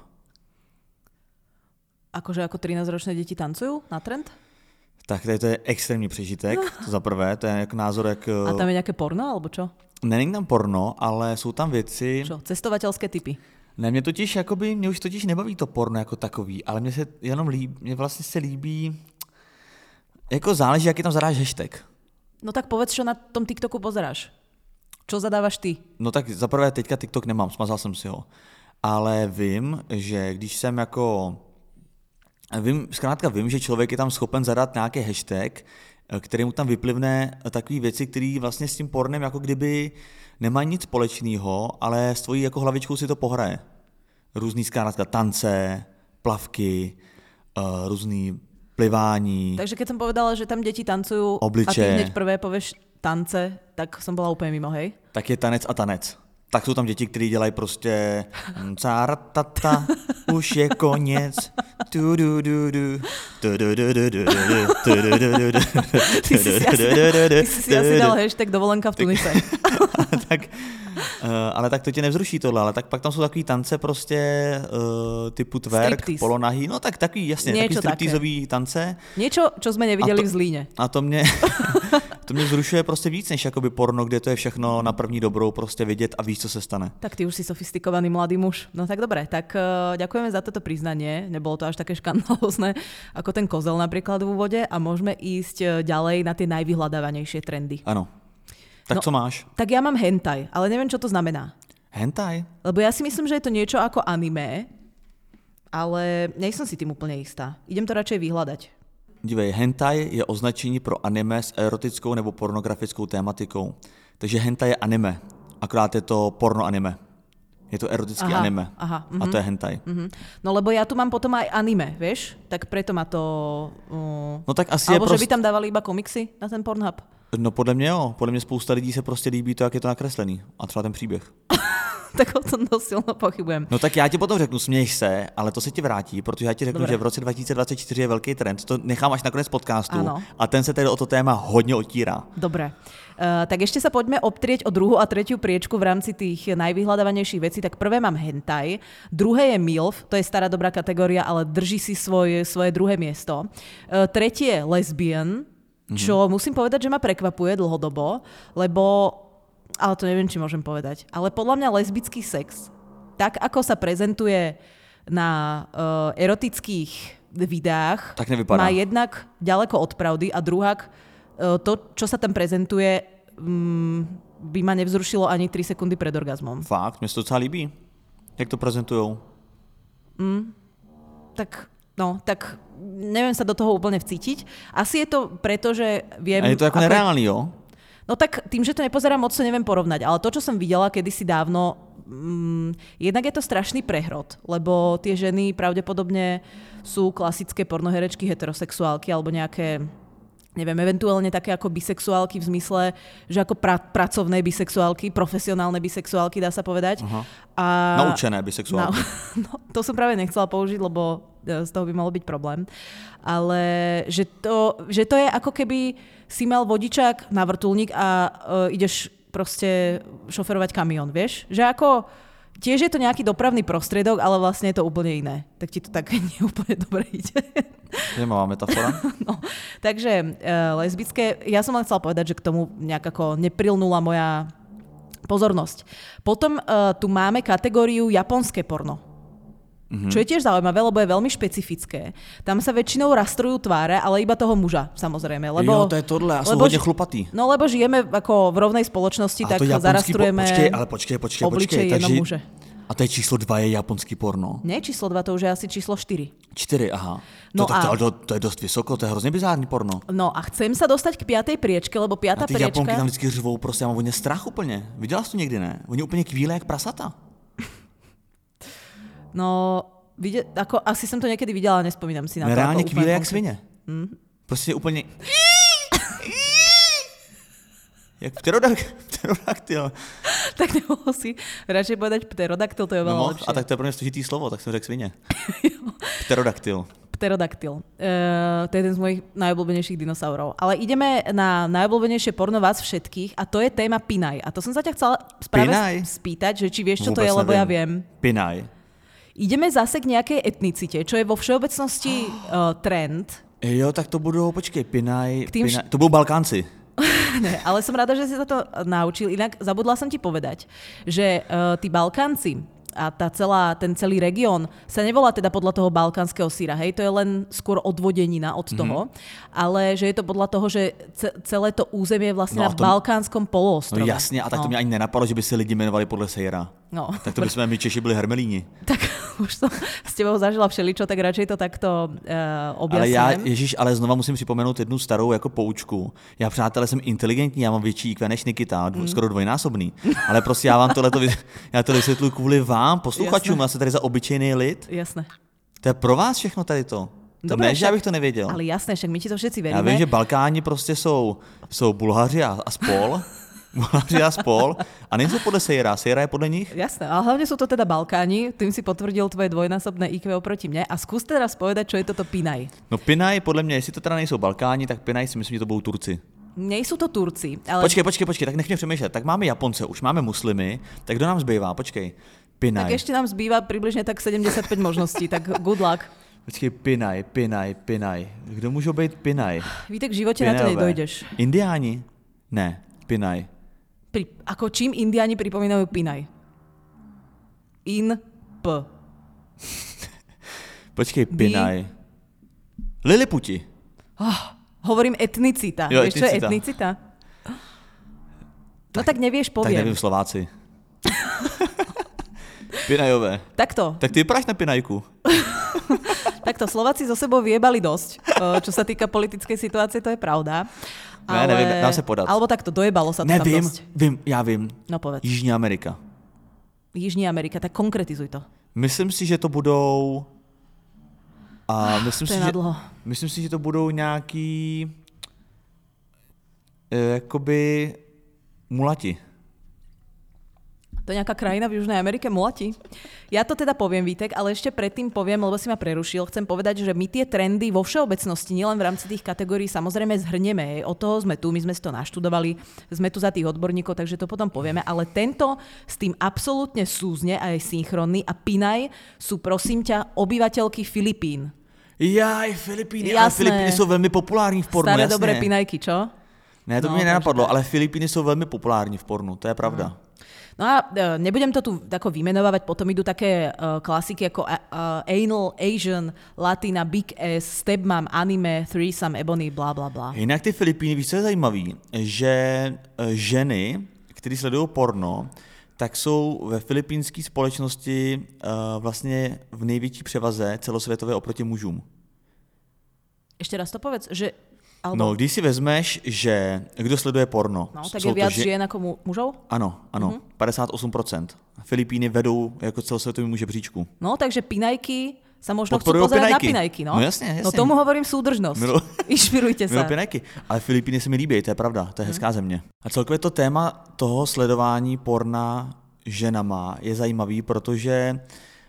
Akože ako 13-ročné deti tancujú na trend? Tak tady to je extrémní přežitek, to za prvé, to je jak názor, jak... A tam je nějaké porno, alebo čo? Není tam porno, ale jsou tam věci... Čo, cestovateľské typy? Ne, mě už totiž nebaví to porno jako takový, ale mě vlastně se líbí, jako záleží, jaký tam zadáš hashtag. No tak povedz, čo na tom TikToku pozeráš. Čo zadávaš ty? No tak zaprvé teďka TikTok nemám, smazal jsem si ho. Ale vím, že když jsem zkrátka vím, že člověk je tam schopen zadat nějaký hashtag, který mu tam vyplivne takové věci, které vlastně s tím pornem jako kdyby nemají nic společného, ale s tvojí jako hlavičkou si to pohraje. Různý zkrátka tance, plavky, různý plivání. Takže keď som povedala, že tam deti tancujú obliče. A ty hneď prvé povieš tance, tak som bola úplne mimo, hej? Tak je tanec a tanec. Tak jsou tam děti, kteří dělají prostě cáratata, už je konec. Ty si si asi dal hashtag dovolenka v Tunise. Ale tak to tě nevzruší tohle, ale tak pak tam jsou takový tance prostě typu twerk, polonahý, no tak takový, jasně, niečo takový striptizový tance. Niečo, čo sme nevideli v Zlíne. A to mě vzrušuje prostě víc, než jakoby porno, kde to je všechno na první dobrou prostě vidět a víš, co se stane. Tak ty už si sofistikovaný mladý muž. No tak dobre, tak ďakujeme za toto priznanie. Nebolo to až také škandalózne ako ten kozel napríklad v úvode a môžeme ísť ďalej na tie najvyhľadávanejšie trendy. Áno. Tak co máš? Tak ja mám hentai, ale neviem, čo to znamená. Hentai? Lebo ja si myslím, že je to niečo ako anime, ale nejsem si tým úplne istá. Idem to radšej vyhľadať. Dívej, hentai je označení pro anime s erotickou nebo pornografickou tématikou. Takže hentai je anime, akorát je to porno anime. Je to erotický anime. A to je hentai. No lebo ja tu mám potom aj anime, vieš? Tak preto ma to... No tak asi alebo že by tam dávali iba komiksy na ten Pornhub? No podle mě jo. Podle mě spousta lidí se prostě líbí to, jak je to nakreslený. A třeba ten příběh. Tak o tom dost silno pochybujem. No tak já ti potom řeknu, směj se, ale to se ti vrátí, protože já ti řeknu, že v roce 2024 je velký trend. To nechám až na konec podcastu. Ano. A ten se tedy o to téma hodně otírá. Dobre. Tak ešte sa poďme obtrieť o druhú a tretiu priečku v rámci tých najvyhľadávanejších vecí. Tak prvé mám hentai, druhé je MILF, to je stará dobrá kategória, ale drží si svoje druhé miesto. Tretie je lesbian, čo musím povedať, že ma prekvapuje dlhodobo, lebo, ale to neviem, či môžem povedať, ale podľa mňa lesbický sex, tak ako sa prezentuje na erotických videách, tak nevypadá. Má jednak ďaleko od pravdy a druhák to, čo sa tam prezentuje, by ma nevzrušilo ani 3 sekundy pred orgazmom. Fakt? Mně se to docela líbí. Jak to prezentujou? Tak neviem sa do toho úplne vcítiť. Asi je to preto, že viem... A je to ako nereálny, jo? No tak tým, že to nepozerám, moc to neviem porovnať. Ale to, čo som videla kedysi dávno, jednak je to strašný prehrod, lebo tie ženy pravdepodobne sú klasické pornoherečky, heterosexuálky alebo nejaké... neviem, eventuálne také ako bisexuálky v zmysle, že ako pracovné bisexuálky, profesionálne bisexuálky, dá sa povedať. Naučené bisexuálky. No, to som práve nechcela použiť, lebo z toho by malo byť problém. Ale že to je ako keby si mal vodičák na vrtuľník a ideš proste šoferovať kamión, vieš? Že ako... Tiež je to nejaký dopravný prostriedok, ale vlastne je to úplne iné. Tak ti to tak neúplne dobre ide. Zajímavá metafora. No, takže lesbické, ja som len chcela povedať, že k tomu nejak ako neprilnula moja pozornosť. Potom tu máme kategóriu japonské porno. Čo je tiež zaujímavé, lebo je veľmi špecifické. Tam sa väčšinou rastrujú tváre, ale iba toho muža, samozrejme. Lebo, jo, to je tohle, a sú hodne chlupatý. No lebo žijeme ako v rovnej spoločnosti, tak zarastrujeme obličej jenom muže. A to je číslo 2 je japonský porno? Ne, číslo 2 to už je asi číslo 4. 4, aha. No to je dosť vysoko, to je hrozne bizárny porno. No a chcem sa dostať k 5. priečke, lebo 5. priečka... A ty Japonky tam vždycky řvou, prostě já mám hodně strach úplně. Viděla jsi to někdy, ne? Oni úplně kvíle jak prasata. No, ako, asi som to niekedy videla, nespomínam si na to. Reálne kvíle jak svině. Prostě úplně... Jak pterodaktyl. Tak nemohol si radšej povedať pterodaktyl, to je veľa lepšie. A tak to je pro mě složitý slovo, tak jsem řekl svině. Pterodaktyl. Pterodaktyl. To je jeden z mojich najobľúbenejších dinosaurov. Ale ideme na najobľúbenejšie porno vás všetkých a to je téma Pinaj. A to som sa ťa chcela spýtať, že či vieš, čo to je, lebo ja viem. Pinaj. Ideme zase k nejakej etnicite, čo je vo všeobecnosti trend. Jo, tak to budú, počkej, Pinaj. To budú Balkánci. Ne, ale som rada, že si sa to naučil. Inak zabudla som ti povedať, že tí Balkánci a ten celý región sa nevolá teda podľa toho balkánskeho syra, hej, to je len skôr odvodenina od toho, ale že je to podľa toho, že celé to územie je vlastne na balkánskom poloostrove. No jasne, a tak to mě ani nenapadlo, že by se lidi jmenovali podle sejra. No. Tak to by sme my Češi byli hermelíni. Tak už som s tebou zažila všeličo, tak radšej to takto objasním. Ale znova musím připomenout jednu starou jako poučku. Já, přátelé, jsem inteligentní, já mám větší IQ než Nikita, skoro dvojnásobný. Ale prostě já to vysvětluji kvůli vám, posluchačům, já jsem tady za obyčejný lid. Jasné. To je pro vás všechno tady to. Dobre, ne, že já bych to nevěděl. Ale jasné, však my ti to všetci veríme. Já vím, že Balkáni prostě jsou Bulhaři a spol. Bulhaři a spol. A nejsou podle Sejra. Sejra je podle nich? Jasné, ale hlavne sú to teda Balkáni. Tým si potvrdil tvoje dvojnásobné IQ oproti mne. A skús teraz povedať, čo je toto Pinaj. No Pinaj, podle mě, jestli to teda nejsou Balkáni, tak Pinaj si myslím, že to budou Turci. Nejsou to Turci, ale... Počkej, tak nech mě přemýšlet. Tak máme Japonce, už máme muslimy, tak kdo nám zbývá? Počkej. Pinaj. Tak ešte nám zbýva približne tak 75 možností, tak good luck. Počkej, Pinaj. Kdo můžou být Pinaj? Víte, v živote Pinajové. Na to nedojdeš. Indiáni? Ne, Pinaj. Ako čím Indiáni pripomínajú Pinaj? Počkej, Pinaj. Liliputi. Hovorím etnicita. Jo, vieš, čo je etnicita? No tak nevieš, poviem. Tak neviem, Slováci. Pinajové. Takto. Tak ty vypadáš na Pinajku. Takto, Slováci zo sebou vyjebali dosť. Čo sa týka politickej situácie, to je pravda. Ale... Ne, nevím, dám se podat. Alebo takto, dojebalo sa to tam dosť. Já vím. No povedz. Jižní Amerika. Jižní Amerika, tak konkretizuj to. Myslím si, že to budou... myslím si, že to budou nějaký... jakoby... mulati. To je nejaká krajina v Južnej Amerike, mulati? Ja to teda poviem, Vítek, ale ešte predtým poviem, lebo si ma prerušil, chcem povedať, že my tie trendy vo všeobecnosti, nielen v rámci tých kategórií, samozrejme zhrnieme. Od toho sme tu, my sme si to naštudovali, sme tu za tých odborníkov, takže to potom povieme, ale tento s tým absolútne súzne a je synchronný a Pinaj sú, prosím ťa, obyvateľky Filipín. Jaj, Filipíny, ale Filipíny jsou velmi populární v pornu, Staré jasně. dobré Pinajky, čo? Ne, to by mě nenapadlo, ale Filipíny jsou velmi populární v pornu, to je pravda. No a nebudem to tu tako vymenovávať, potom idú také klasiky ako Anal, Asian, Latina, Big S, Stepmom, Anime, Threesome, Ebony, bla bla bla. Jinak ty Filipíny, víš, co je zajímavý? Že ženy, které sledují porno, tak jsou ve filipínské společnosti vlastně v největší převaze celosvětové oproti mužům. Ešte raz to povedz, že... Alebo... No, když si vezmeš, že kdo sleduje porno... No, tak je viac žien ako mužov? Ano, 58%. Filipíny vedou jako celosvětovým žebříčku. No, takže Pinajky sa možno chcú pozerať na Pinajky, no? No jasne. No tomu hovorím súdržnosť. Inšpirujte sa. Pinajky. Ale Filipíny se mi líbí, to je pravda, to je hezká země. A celkově to téma toho sledování porna ženama je zajímavý, protože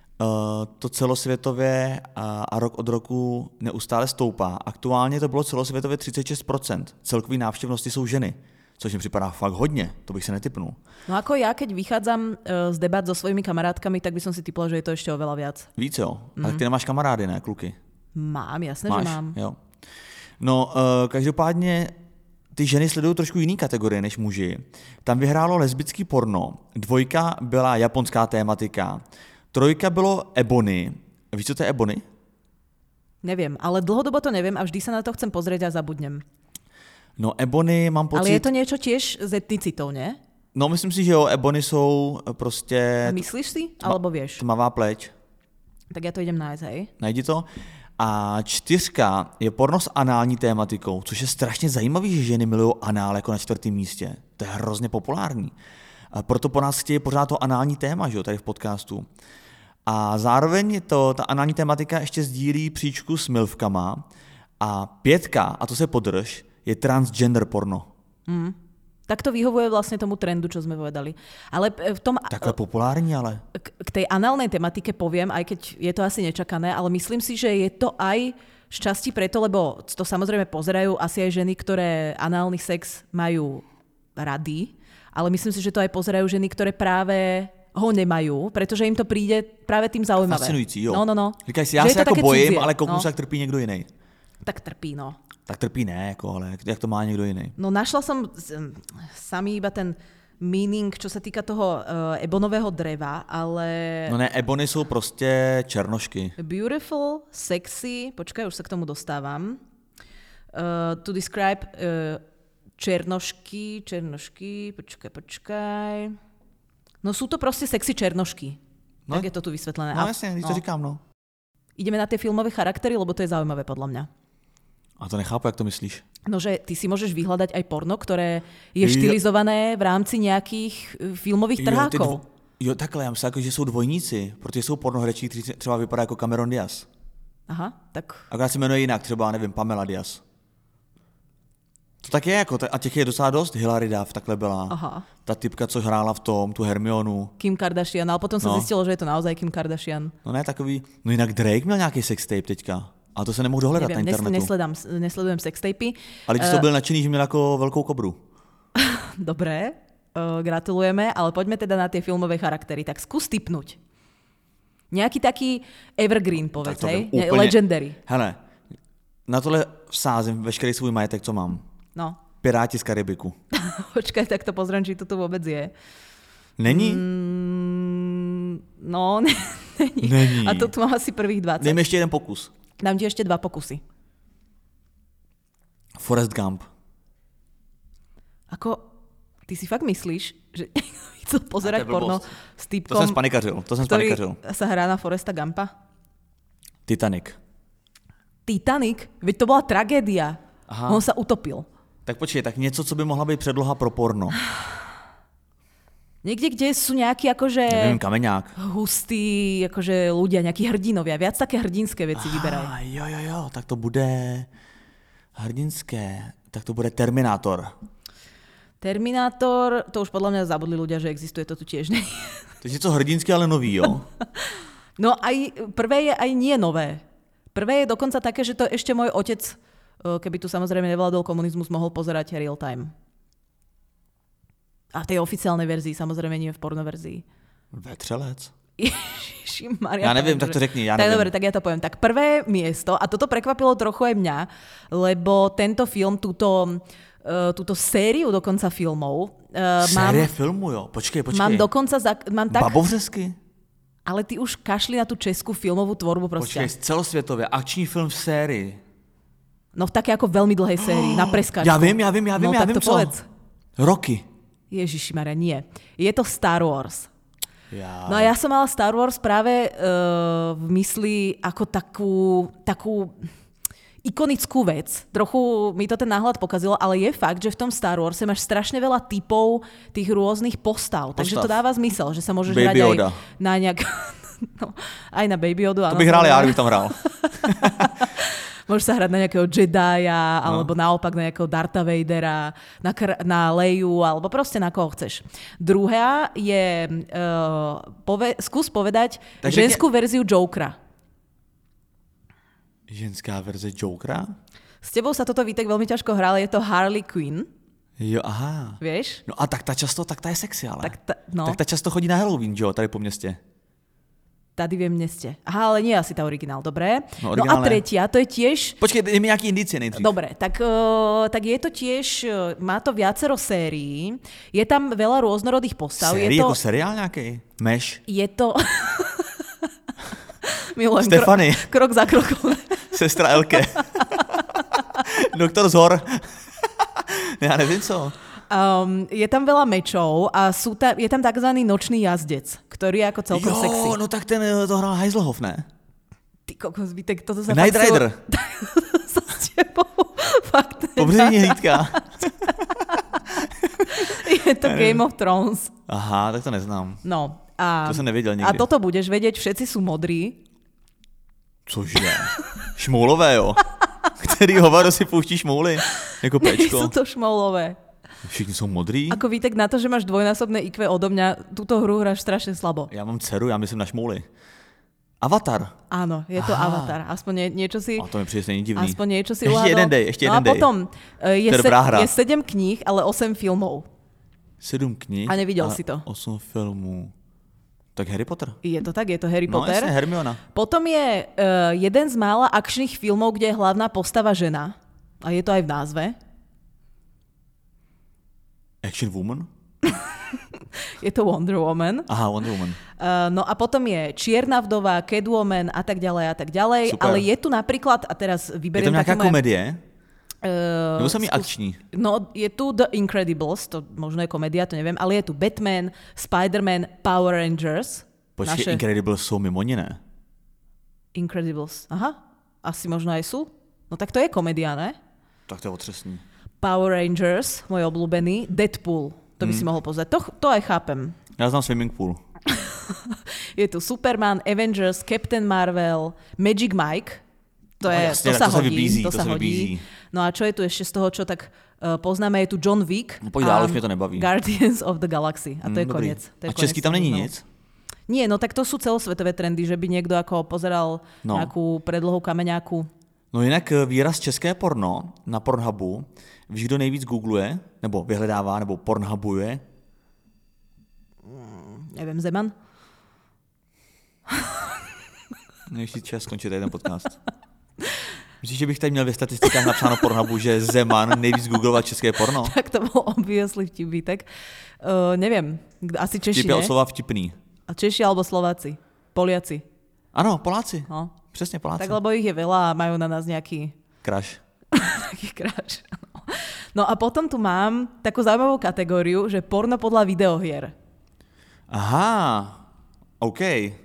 to celosvětově a rok od roku neustále stoupá. Aktuálně to bylo celosvětově 36%. Celkový návštěvnosti jsou ženy, což mi připadá fakt hodně, to bych se netipnul. No ako ja, keď vychádzam z debat so svojimi kamarádkami, tak by som si typla, že je to ešte oveľa viac. Víc jo, ale ty nemáš kamarády, ne, kluky? Mám, jasné, máš, že mám. Jo. No, každopádně ty ženy sledují trošku jiný kategorie než muži. Tam vyhrálo lesbický porno, 2 byla japonská tématika, 3 bylo Ebony. Víš, co to je Ebony? Neviem, ale dlhodobo to neviem a vždy sa na to chcem pozrieť a zabudnem. No Ebony mám pocit... Ale je to niečo tiež s etnicitou, ne? No myslím si, že jo, Ebony jsou prostě... A myslíš si? Alebo vieš? Tmavá pleť. Tak ja to idem nájsť, hej? Najdi to. A 4 je porno s anální tématikou, což je strašně zajímavý, že ženy milují anál jako na 4. místě. To je hrozně populární. A proto po nás chtějí pořád to anální téma, že jo, tady v podcastu. A zároveň ta anální tematika ještě sdílí příčku s milfkama. A 5, a to se podrž, je transgender porno. Tak to vyhovuje vlastne tomu trendu, čo sme povedali. Ale v tom... Takhle populární, ale... K tej análnej tematike poviem, aj keď je to asi nečakané, ale myslím si, že je to aj šťastí preto, lebo to samozrejme pozerajú asi aj ženy, ktoré análny sex majú rady, ale myslím si, že to aj pozerajú ženy, ktoré práve ho nemajú, pretože im to príde práve tým zaujímavé. Fascinující, jo. No. Říkaj si, já se jako bojím, ale kouknu se, jak trpí někdo jiný. Tak trpí, no. Tak trpí ne, jako, ale jak to má někdo jiný. No našla som sami iba ten meaning, čo sa týka toho ebonového dreva, ale... No ne, ebony jsou prostě černošky. Beautiful, sexy, počkaj, už sa k tomu dostávam. To describe černošky, počkaj. No sú to proste sexy černošky. No, tak je to tu vysvetlené. No jasne, to říkám, no. Ideme na tie filmové charaktery, lebo to je zaujímavé podľa mňa. A to nechápu, jak to myslíš. No, že ty si môžeš vyhľadať aj porno, ktoré je štylizované v rámci nejakých filmových trhákov. Jo, takhle, já myslím, že jsou dvojníci, protože jsou pornoherečky, kteří třeba vypadá jako Cameron Diaz. Aha, tak... Akorát se jmenuje jinak, třeba, nevím, Pamela Diaz. To tak je, jako, a těch je docela dost. Hilary Duff takhle byla. Aha. Ta typka, co hrála v tom, tu Hermionu. Kim Kardashian, ale potom sa zistilo, že je to naozaj Kim Kardashian. No ne, takový... No jinak Drake měl nějaký sextape teďka. A to se nemohu dohledat na internetu. Nesledujem sextapy. Ale ty to byl nadšený, že měl jako velkou kobru. Dobré, gratulujeme, ale poďme teda na tie filmové charaktery. Tak skús tipnúť. Nejaký taký evergreen, povedz, hej? Legendary. Hele, na tohle vsázím veškerý svůj majetek, co mám. No. Piráti z Karibiku. Počkaj, tak to pozriem, či to tu vôbec je. Není? No, není. A to tu mám asi prvých 20. Dejme ještě jeden pokus. Dám ti ešte 2 pokusy. Forrest Gump. Ako, ty si fakt myslíš, že chcel pozerať porno s týpkom, to som spanikařil. Sa hrá na Forresta Gumpa? Titanic. Veď to bola tragédia. Aha. On sa utopil. Tak počkej, tak něco, co by mohla být předloha pro porno. Niekde, kde sú nejakí akože... Neviem, kameňák. Hustí akože ľudia, nejakí hrdinovia. Viac také hrdinské veci vyberaj. Jo, tak to bude hrdinské. Tak to bude Terminátor. Terminátor, to už podľa mňa zabudli ľudia, že existuje to tu tiež. To je něco hrdinské, ale nový, jo? No aj prvé je aj nie nové. Prvé je dokonca také, že to ešte môj otec, keby tu samozrejme nevládol komunizmus, mohol pozerať real time. A v tej oficiálnej verzii, samozrejme nie v porno verzii. Vetřelec. Ježišmaria. Ja neviem, tak to řekni, ja neviem. Tak neviem. dobre, tak ja to poviem. Tak prvé miesto, a toto prekvapilo trochu aj mňa, lebo tento film, túto sériu dokonca filmov... Série filmu, jo? Počkej. Mám dokonca... Mám tak... Babovřesky? Ale ty už kašli na tú českú filmovú tvorbu proste. Počkej, celosvětově, akční film v sérii. No v také ako veľmi dlhej sérii, na preskačku. Ja vím, co. Povedz. Roky. Ježišimaria, nie. Je to Star Wars. Ja. No a ja som mala Star Wars práve v mysli ako takú ikonickú vec. Trochu mi to ten náhľad pokazilo, ale je fakt, že v tom Star Warse máš strašne veľa typov tých rôznych postav. Takže to dáva zmysel, že sa môžeš hrať aj na nejak... No, aj na Baby Yodu. To bych hrál ja, kdybych tam hral. Môžeš sa hrať na nejakého Jedija, alebo naopak na nejakého Dartha Vadera, na Leiu, alebo proste na koho chceš. Druhá je, skús povedať ženskú verziu Jokera. Ženská verze Jokera? S tebou sa toto Vítek veľmi ťažko hral, je to Harley Quinn. Jo, aha. Vieš? No a tak ta je sexy, ale. Tak ta často chodí na Halloween, jo, tady po městě. Tady v meste. Aha, ale nie asi tá originál, dobré. No a tretia, to je tiež... Počkej, dej mi nejaký indície nejdřív. Dobre, tak je to tiež, má to viacero sérií, je tam veľa rôznorodých postav. Sérii, jako seriál nejaký? Meš? Je to... Milujem, Stefany. Krok za krokom. Sestra Elke. Doktor Zhor. Ja neviem co. Je tam veľa mečov a je tam takzvaný nočný jazdec, ktorý je ako celkom sexy. Jo, no tak ten to hral Heiselhoff, ne? Ty kokos, Vítek, toto sa Knight Rider. Sa s tebou fakt nedá. Pobřežní hlídka. Je to Game of Thrones. Aha, tak to neznám. No. To som nevedel nikdy. A toto budeš vedieť, všetci sú modrí. Cože? Šmoulové, jo? Který hovado si pouští šmouly? Jako pečko. Sú to šmoulové. Všichni jsou modrý? Ako Vítek, na to, že máš dvojnásobné IQ odo mňa, túto hru hráš strašne slabo. Ja mám dceru, ja myslím na šmouly. Avatar. Áno, je to Avatar. Aspoň niečo si... A to mi přijde stejně divný. Aspoň niečo si uhádol. Ešte jeden dej. A potom je 7 kníh, ale 8 filmov. 7 kníh? A nevidel si to. 8 filmů. Tak Harry Potter. Je to tak, je to Harry Potter. No jasne, Hermiona. Potom je jeden z mála akčných filmov, kde je hlavná postava žena. A je to aj v názve. Action Woman? Je to Wonder Woman. Aha, Wonder Woman. No a potom je Čierna vdova, Catwoman a tak ďalej a tak ďalej. Super. Ale je tu napríklad, a teraz vyberiem... Je tam nejaká komedie? Nebo som je akční? No, je tu The Incredibles, to možno je komédia, to neviem, ale je tu Batman, Spider-Man, Power Rangers. Počkej, Incredibles sú mimo ne? Incredibles, aha. Asi možno aj sú. No tak to je komédia, ne? Tak to je otřesný. Power Rangers, môj obľúbený. Deadpool, to by si mohol pozrieť. To aj chápem. Ja znám Swimming Pool. Je tu Superman, Avengers, Captain Marvel, Magic Mike. To sa hodí. No a čo je tu ešte z toho, čo tak poznáme, je tu John Wick no, a už mě to nebaví. Guardians of the Galaxy. A to je koniec. A český tam není nic? Nie, no tak to sú celosvetové trendy, že by niekto ako pozeral nejakú predlohu kameňáku. No jinak výraz české porno na Pornhubu, víš, kdo nejvíc googluje, nebo vyhledává, nebo pornhubuje? Neviem, Zeman? Nejvyšší čas skončit ten podcast. Myslíš, že bych tady měl ve statistikách napsáno Pornhubu, že Zeman nejvíc googlovat české porno? Tak to bol obviously vtipítek. Neviem, asi Češi, Vtip je slova vtipný. A Češi alebo Slováci? Poliaci? Ano, Poláci. No. Přesně Poláci. Tak lebo ich je veľa a majú na nás nejaký... Crush. Taký crush. No a potom tu mám takú zaujímavú kategóriu, že porno podľa videohier. Aha, OK.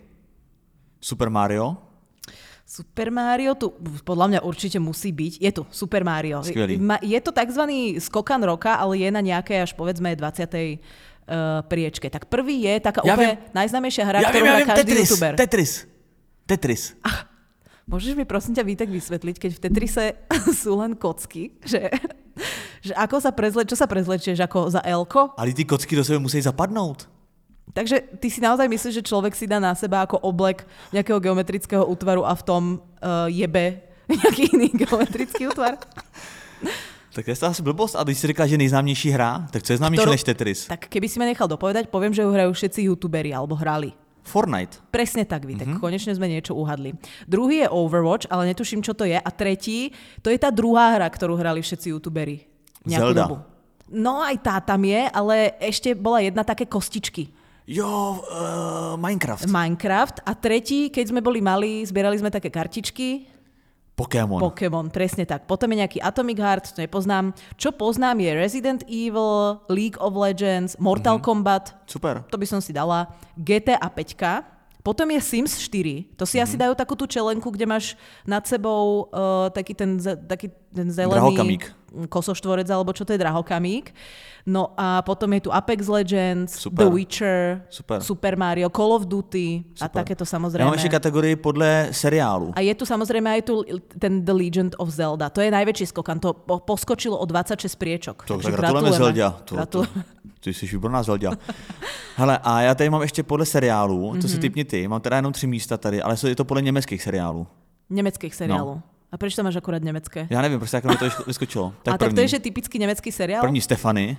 Super Mario? Super Mario tu podľa mňa určite musí byť. Je tu Super Mario. Skvelý. Je to takzvaný skokan roka, ale je na nejakej až povedzme 20. priečke. Tak prvý je taká úplne najznámejšia hra, ktorú hrá každý youtuber. Tetris. Ach, môžeš mi prosím ťa Vítek vysvetliť, keď v Tetrise sú len kocky, že ako sa čo sa prezlečieš ako za L-ko? Ale ty kocky do sebe musí zapadnout. Takže ty si naozaj myslíš, že človek si dá na seba ako oblek nejakého geometrického útvaru a v tom jebe nejaký iný geometrický útvar? Tak je to asi blbost. A když si říkala, že nejznámější hra, tak co je známější než Tetris? Tak keby si ma nechal dopovedať, poviem, že ju hrajú všetci youtuberi alebo hrali. Fortnite. Presne tak, Vítek. Konečne sme niečo uhadli. Druhý je Overwatch, ale netuším, čo to je. A tretí, to je tá druhá hra, ktorú hrali všetci youtuberi. Zelda. Dobu. No aj tá tam je, ale ešte bola jedna také kostičky. Jo, Minecraft. A tretí, keď sme boli malí, zbierali sme také kartičky. Pokémon, presne tak. Potom je nejaký Atomic Heart, to nepoznám. Čo poznám je Resident Evil, League of Legends, Mortal Kombat. Super. To by som si dala. GTA 5. Potom je Sims 4. To si asi dajú takú tú čelenku, kde máš nad sebou taký ten zelený drahokamík. Kosoštvorec, alebo čo to je drahokamík. No a potom je tu Apex Legends, super. The Witcher, Super Mario, Call of Duty a takéto samozrejme. Ja mám ešte kategórii podľa seriálu. A je tu samozrejme aj tu ten The Legend of Zelda. To je najväčší skokan. To poskočilo o 26 priečok. Takže gratulujeme Zelda. Ty jsi výborná Zelda. Hele, a já tady mám ještě podle seriálu, to si typni ty, mám teda jenom 3 místa tady, ale je to podle německých seriálů. Německých seriálů. No. A prečo tam máš akurát nemecké? Já nevím, prostě jak mi to vyskočilo. Tak to je, že typický nemecký seriál? První Stefany.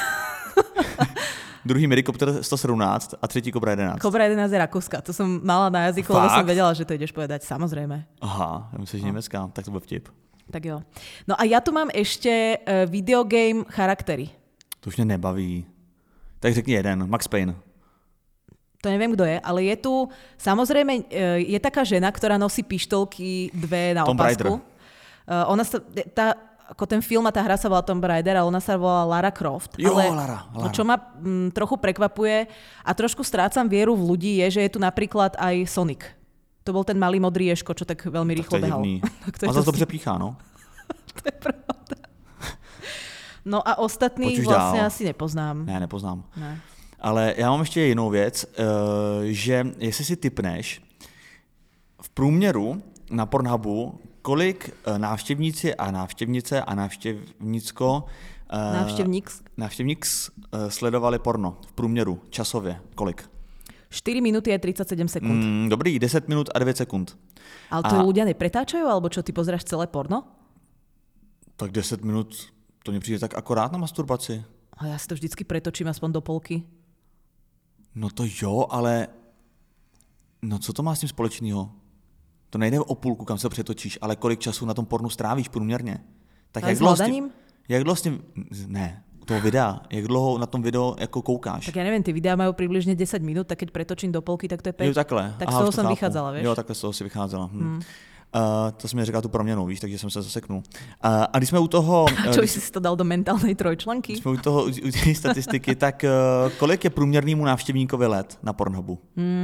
Druhý Helikopter 117 a třetí Cobra 11. Cobra 11 je Rakúska, to som mala na jazyku, lebo som vedela, že to ideš povedať, samozrejme. Aha, ja myslím, že nemecká, tak to bude vtip. Tak jo. No a ja tu mám ešte videogame charaktery. To už mě nebaví. Tak řekni jeden, Max Payne. To neviem, kto je, ale je tu, samozrejme, je taká žena, ktorá nosí pištolky dve na opasku. Ona sa, ako ten film a tá hra sa volá Tomb Raider, ale ona sa volá Lara Croft. Jo, ale Lara. Čo ma trochu prekvapuje a trošku strácam vieru v ľudí je, že je tu napríklad aj Sonic. To bol ten malý modrý ješko, čo tak veľmi rýchlo behal. A zase dobře píchá, no. To je pravda. No a ostatných vlastne asi nepoznám. Ne, nepoznám. Ne. Ale já mám ještě jinou věc, že jestli si tipneš, v průměru na Pornhubu, kolik návštěvníci a návštěvnice a návštěvník sledovali porno v průměru časově, kolik? 4 minúty a 37 sekúnd. Dobrý, 10 minút a 9 sekúnd. Ale to ľudia nepretáčajú, alebo čo, ty pozráš celé porno? Tak 10 minút, to mi přijde tak akorát na masturbaci. A ja si to vždycky pretočím aspoň do polky. No to jo, ale no co to má s tím společného? To nejde o půlku, kam se přetočíš, ale kolik času na tom pornu strávíš průměrně. Tak ale s hľadaním? Jak vlastně, ne, toho videa. Jak dlouho na tom videu jako koukáš? Tak ja neviem, tie videá majú približne 10 minút, tak keď pretočím do polky, tak to je 5. Jo, takhle. Tak z toho som vychádzala, vieš? Jo, takhle z toho si vycházela. To jsi mi říkal tu proměnu, víš, takže jsem se zaseknul. A když jsme u toho... Čo by si to dal do mentálnej trojčlenky? Když jsme u té statistiky, tak kolik je průměrnému návštěvníkovi let na Pornhubu?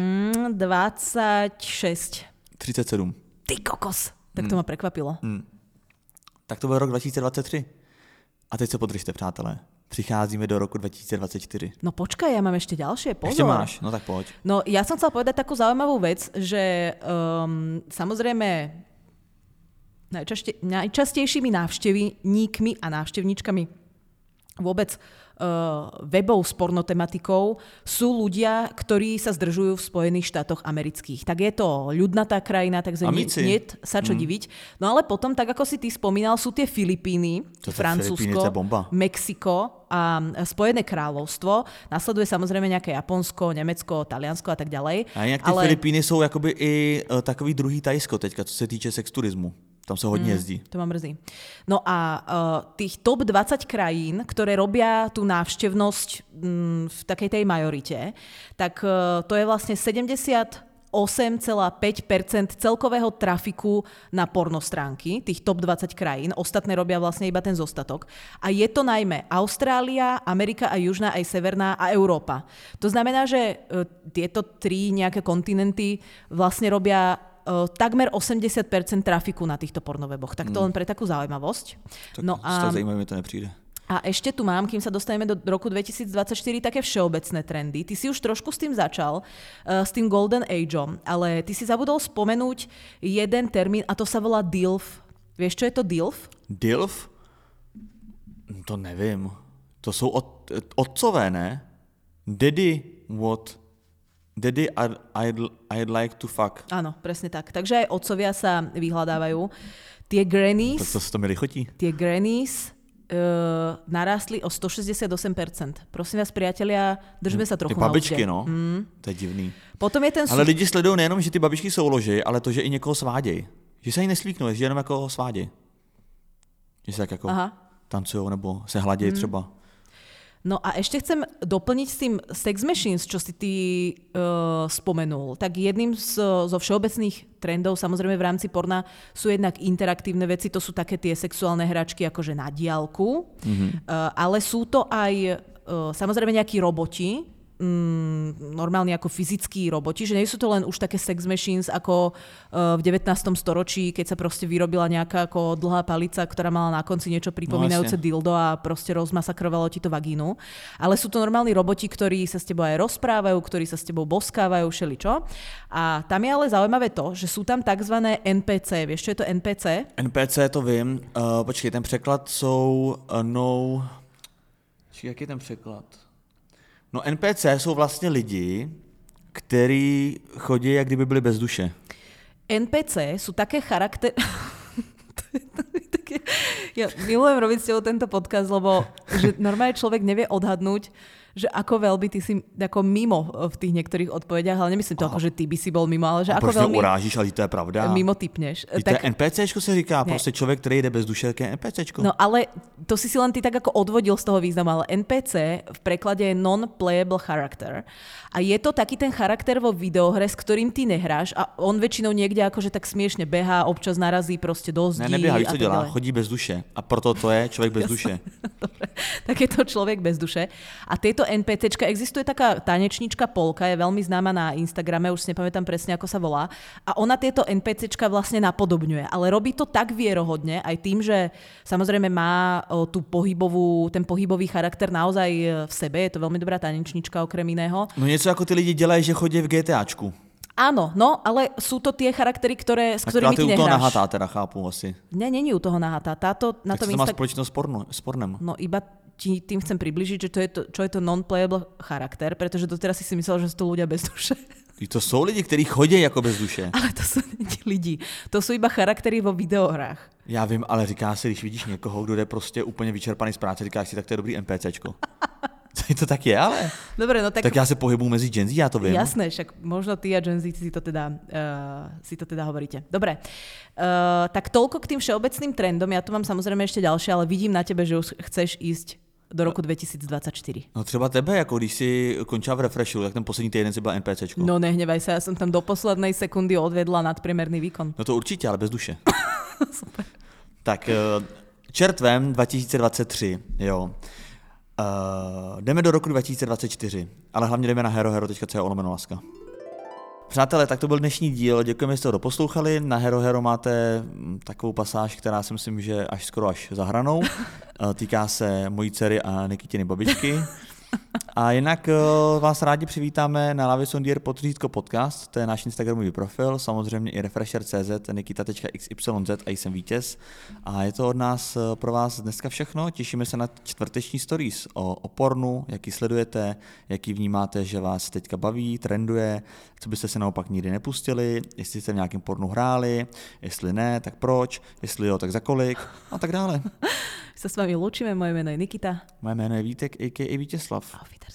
26. 37. Ty kokos. Tak to ma prekvapilo. Tak to byl rok 2023. A teď se podržte, přátelé. Přicházíme do roku 2024. No počkaj, ja mám ešte ďalšie, pozor. Ešte máš, no tak poď. No ja som chcela povedať takú zaujímavú vec, že samozrejme najčastejšími návštevníkmi a návštevníčkami vôbec webov s pornotematikou sú ľudia, ktorí sa zdržujú v Spojených štátoch amerických. Tak je to ľudnatá krajina, takže nie sa čo diviť. No ale potom, tak ako si ty spomínal, sú tie Filipíny, Francúzsko, Mexiko a Spojené kráľovstvo. Nasleduje samozrejme nejaké Japonsko, Nemecko, Taliansko a tak ďalej. A jinak ty Filipíny jsou jakoby i takový druhý Tajsko teďka, co se týče sexturismu. Tam sa hodne jezdí. To ma mrzí. No a tých top 20 krajín, ktoré robia tú návštevnosť v takej tej majorite, tak to je vlastne 78,5% celkového trafiku na pornostránky, tých top 20 krajín. Ostatné robia vlastne iba ten zostatok. A je to najmä Austrália, Amerika a Južná aj Severná a Európa. To znamená, že tieto tri nejaké kontinenty vlastne robia takmer 80% trafiku na týchto pornoveboch. Tak to len pre takú zaujímavosť. Tak no a zaujímavé mi to nepríde. A ešte tu mám, kým sa dostaneme do roku 2024, také všeobecné trendy. Ty si už trošku s tým začal, s tým Golden Ageom, ale ty si zabudol spomenúť jeden termín a to sa volá DILF. Vieš, čo je to DILF? DILF? To nevím. To sú otcové, ne? Daddy, I'd like to fuck. Áno, presne tak. Takže aj otcovia sa vyhľadávajú. Tie grannies... To mi lichotí. Tie grannies narástli o 168%. Prosím vás, priatelia, držme sa trochu na úzde. Ty babičky, no. To je divný. Potom je ten... Ale lidi sledují nejenom, že ty babičky jsou loži, ale to, že i někoho svádějí. Že se ani neslíknou, že jenom jako svádějí. Že se tak jako tancujou nebo se hladějí třeba. No a ešte chcem doplniť s tým sex machines, čo si ty spomenul. Tak jedným zo všeobecných trendov, samozrejme v rámci porna, sú jednak interaktívne veci, to sú také tie sexuálne hračky akože na diaľku, ale sú to aj samozrejme nejakí roboti, normálne ako fyzickí roboti, že nie sú to len už také sex machines ako v 19. storočí, keď sa proste vyrobila nejaká ako dlhá palica, ktorá mala na konci niečo pripomínajúce dildo a proste rozmasakrovalo ti to vagínu. Ale sú to normálni roboti, ktorí sa s tebou aj rozprávajú, ktorí sa s tebou boskávajú, všeličo. A tam je ale zaujímavé to, že sú tam takzvané NPC. Vieš, čo je to NPC? NPC to vím. Počkej, ten překlad jsou jaký je ten překlad? No NPC jsou vlastně lidi, kteří chodí, jak kdyby byli bez duše. NPC sú také Ja milujem robiť s tebou tento podcast, lebo že normálne človek nevie odhadnúť, že ako veľmi ty si ako mimo v tých niektorých odpovediach, ale nemyslím to ako, že ty by si bol mimo, ale že ako veľmi... urážíš, ale to je pravda. Mimo typneš. To je NPCčko se říká, prostě člověk, který jde bez duše, tak je NPCčko. No ale to si len ty tak ako odvodil z toho významu, ale NPC v preklade je non-playable character. A je to taký ten charakter vo videohre, s ktorým ty nehráš a on väčšinou niekde akože tak smiešne behá, občas narazí proste do zdí. Ne, neběhá, víš, co dělá? Chodí bez duše. A proto to je člověk bez duše. Dobre, tak je to človek bez duše. A tieto NPCčka, existuje taká tanečnička Polka, je veľmi známa na Instagrame, už si nepamätám presne, ako sa volá. A ona tieto NPCčka vlastne napodobňuje. Ale robí to tak vierohodne, aj tým, že samozrejme má ten pohybový charakter naozaj v sebe. Je to veľmi dobrá tanečnička okrem iného. No něco jako ty lidi dělají, že chodí v GTAčku. Áno, no, ale sú to tie charaktery, s ktorými ty nehráš. A ty u toho nahatá teda, chápu asi. Ne, není u toho nahatá. Na tak to má spoločnosť s pornem. No iba tým chcem približiť, že čo je to non-playable charakter, pretože doteraz si myslel, že sú to ľudia bez duše. To sú lidi, ktorí chodí ako bez duše. Ale to sú lidi. To sú iba charaktery vo videohrách. Já vím, ale říká si, když vidíš někoho, kdo jde prostě úplně vyčerpaný z práce, říkáš si, tak to je dobrý NPCčko. To tak je, ale. Dobre, no tak ja sa pohybujem mezi Gen Z, ja to viem. Jasné, však možno ty a Gen Z si to teda hovoríte. Dobre, tak toľko k tým všeobecným trendom. Ja tu mám samozrejme ešte ďalšie, ale vidím na tebe, že už chceš ísť do roku 2024. No třeba tebe, jako když si končila v Refreshu, tak ten poslední týden si byla NPCčko. No nehnevaj sa, ja som tam do poslednej sekundy odvedla nadpriemerný výkon. No to určitě, ale bez duše. Super. Tak čertvem 2023, jo. Jdeme do roku 2024, ale hlavně jdeme na herohero.co/laska. Přátelé, tak to byl dnešní díl, děkujeme, že jste ho doposlouchali. Na Hero máte takovou pasáž, která si myslím, že skoro až za hranou. Týká se mojí dcery a Nikitiny babičky. A jinak vás rádi přivítáme na lavicondír_podcast, to je náš instagramový profil, samozřejmě i refresher.cz, nikita.xyz a jsem vítěz. A je to od nás pro vás dneska všechno, těšíme se na čtvrteční stories o pornu, jaký sledujete, jaký vnímáte, že vás teďka baví, trenduje, co byste se naopak nikdy nepustili, jestli jste v nějakém pornu hráli, jestli ne, tak proč, jestli jo, tak za kolik a tak dále. Se s vámi loučíme, moje jméno je Nikita. Moje jméno je Vítek, a.k.a. Vítězslav. Auf Wiedersehen.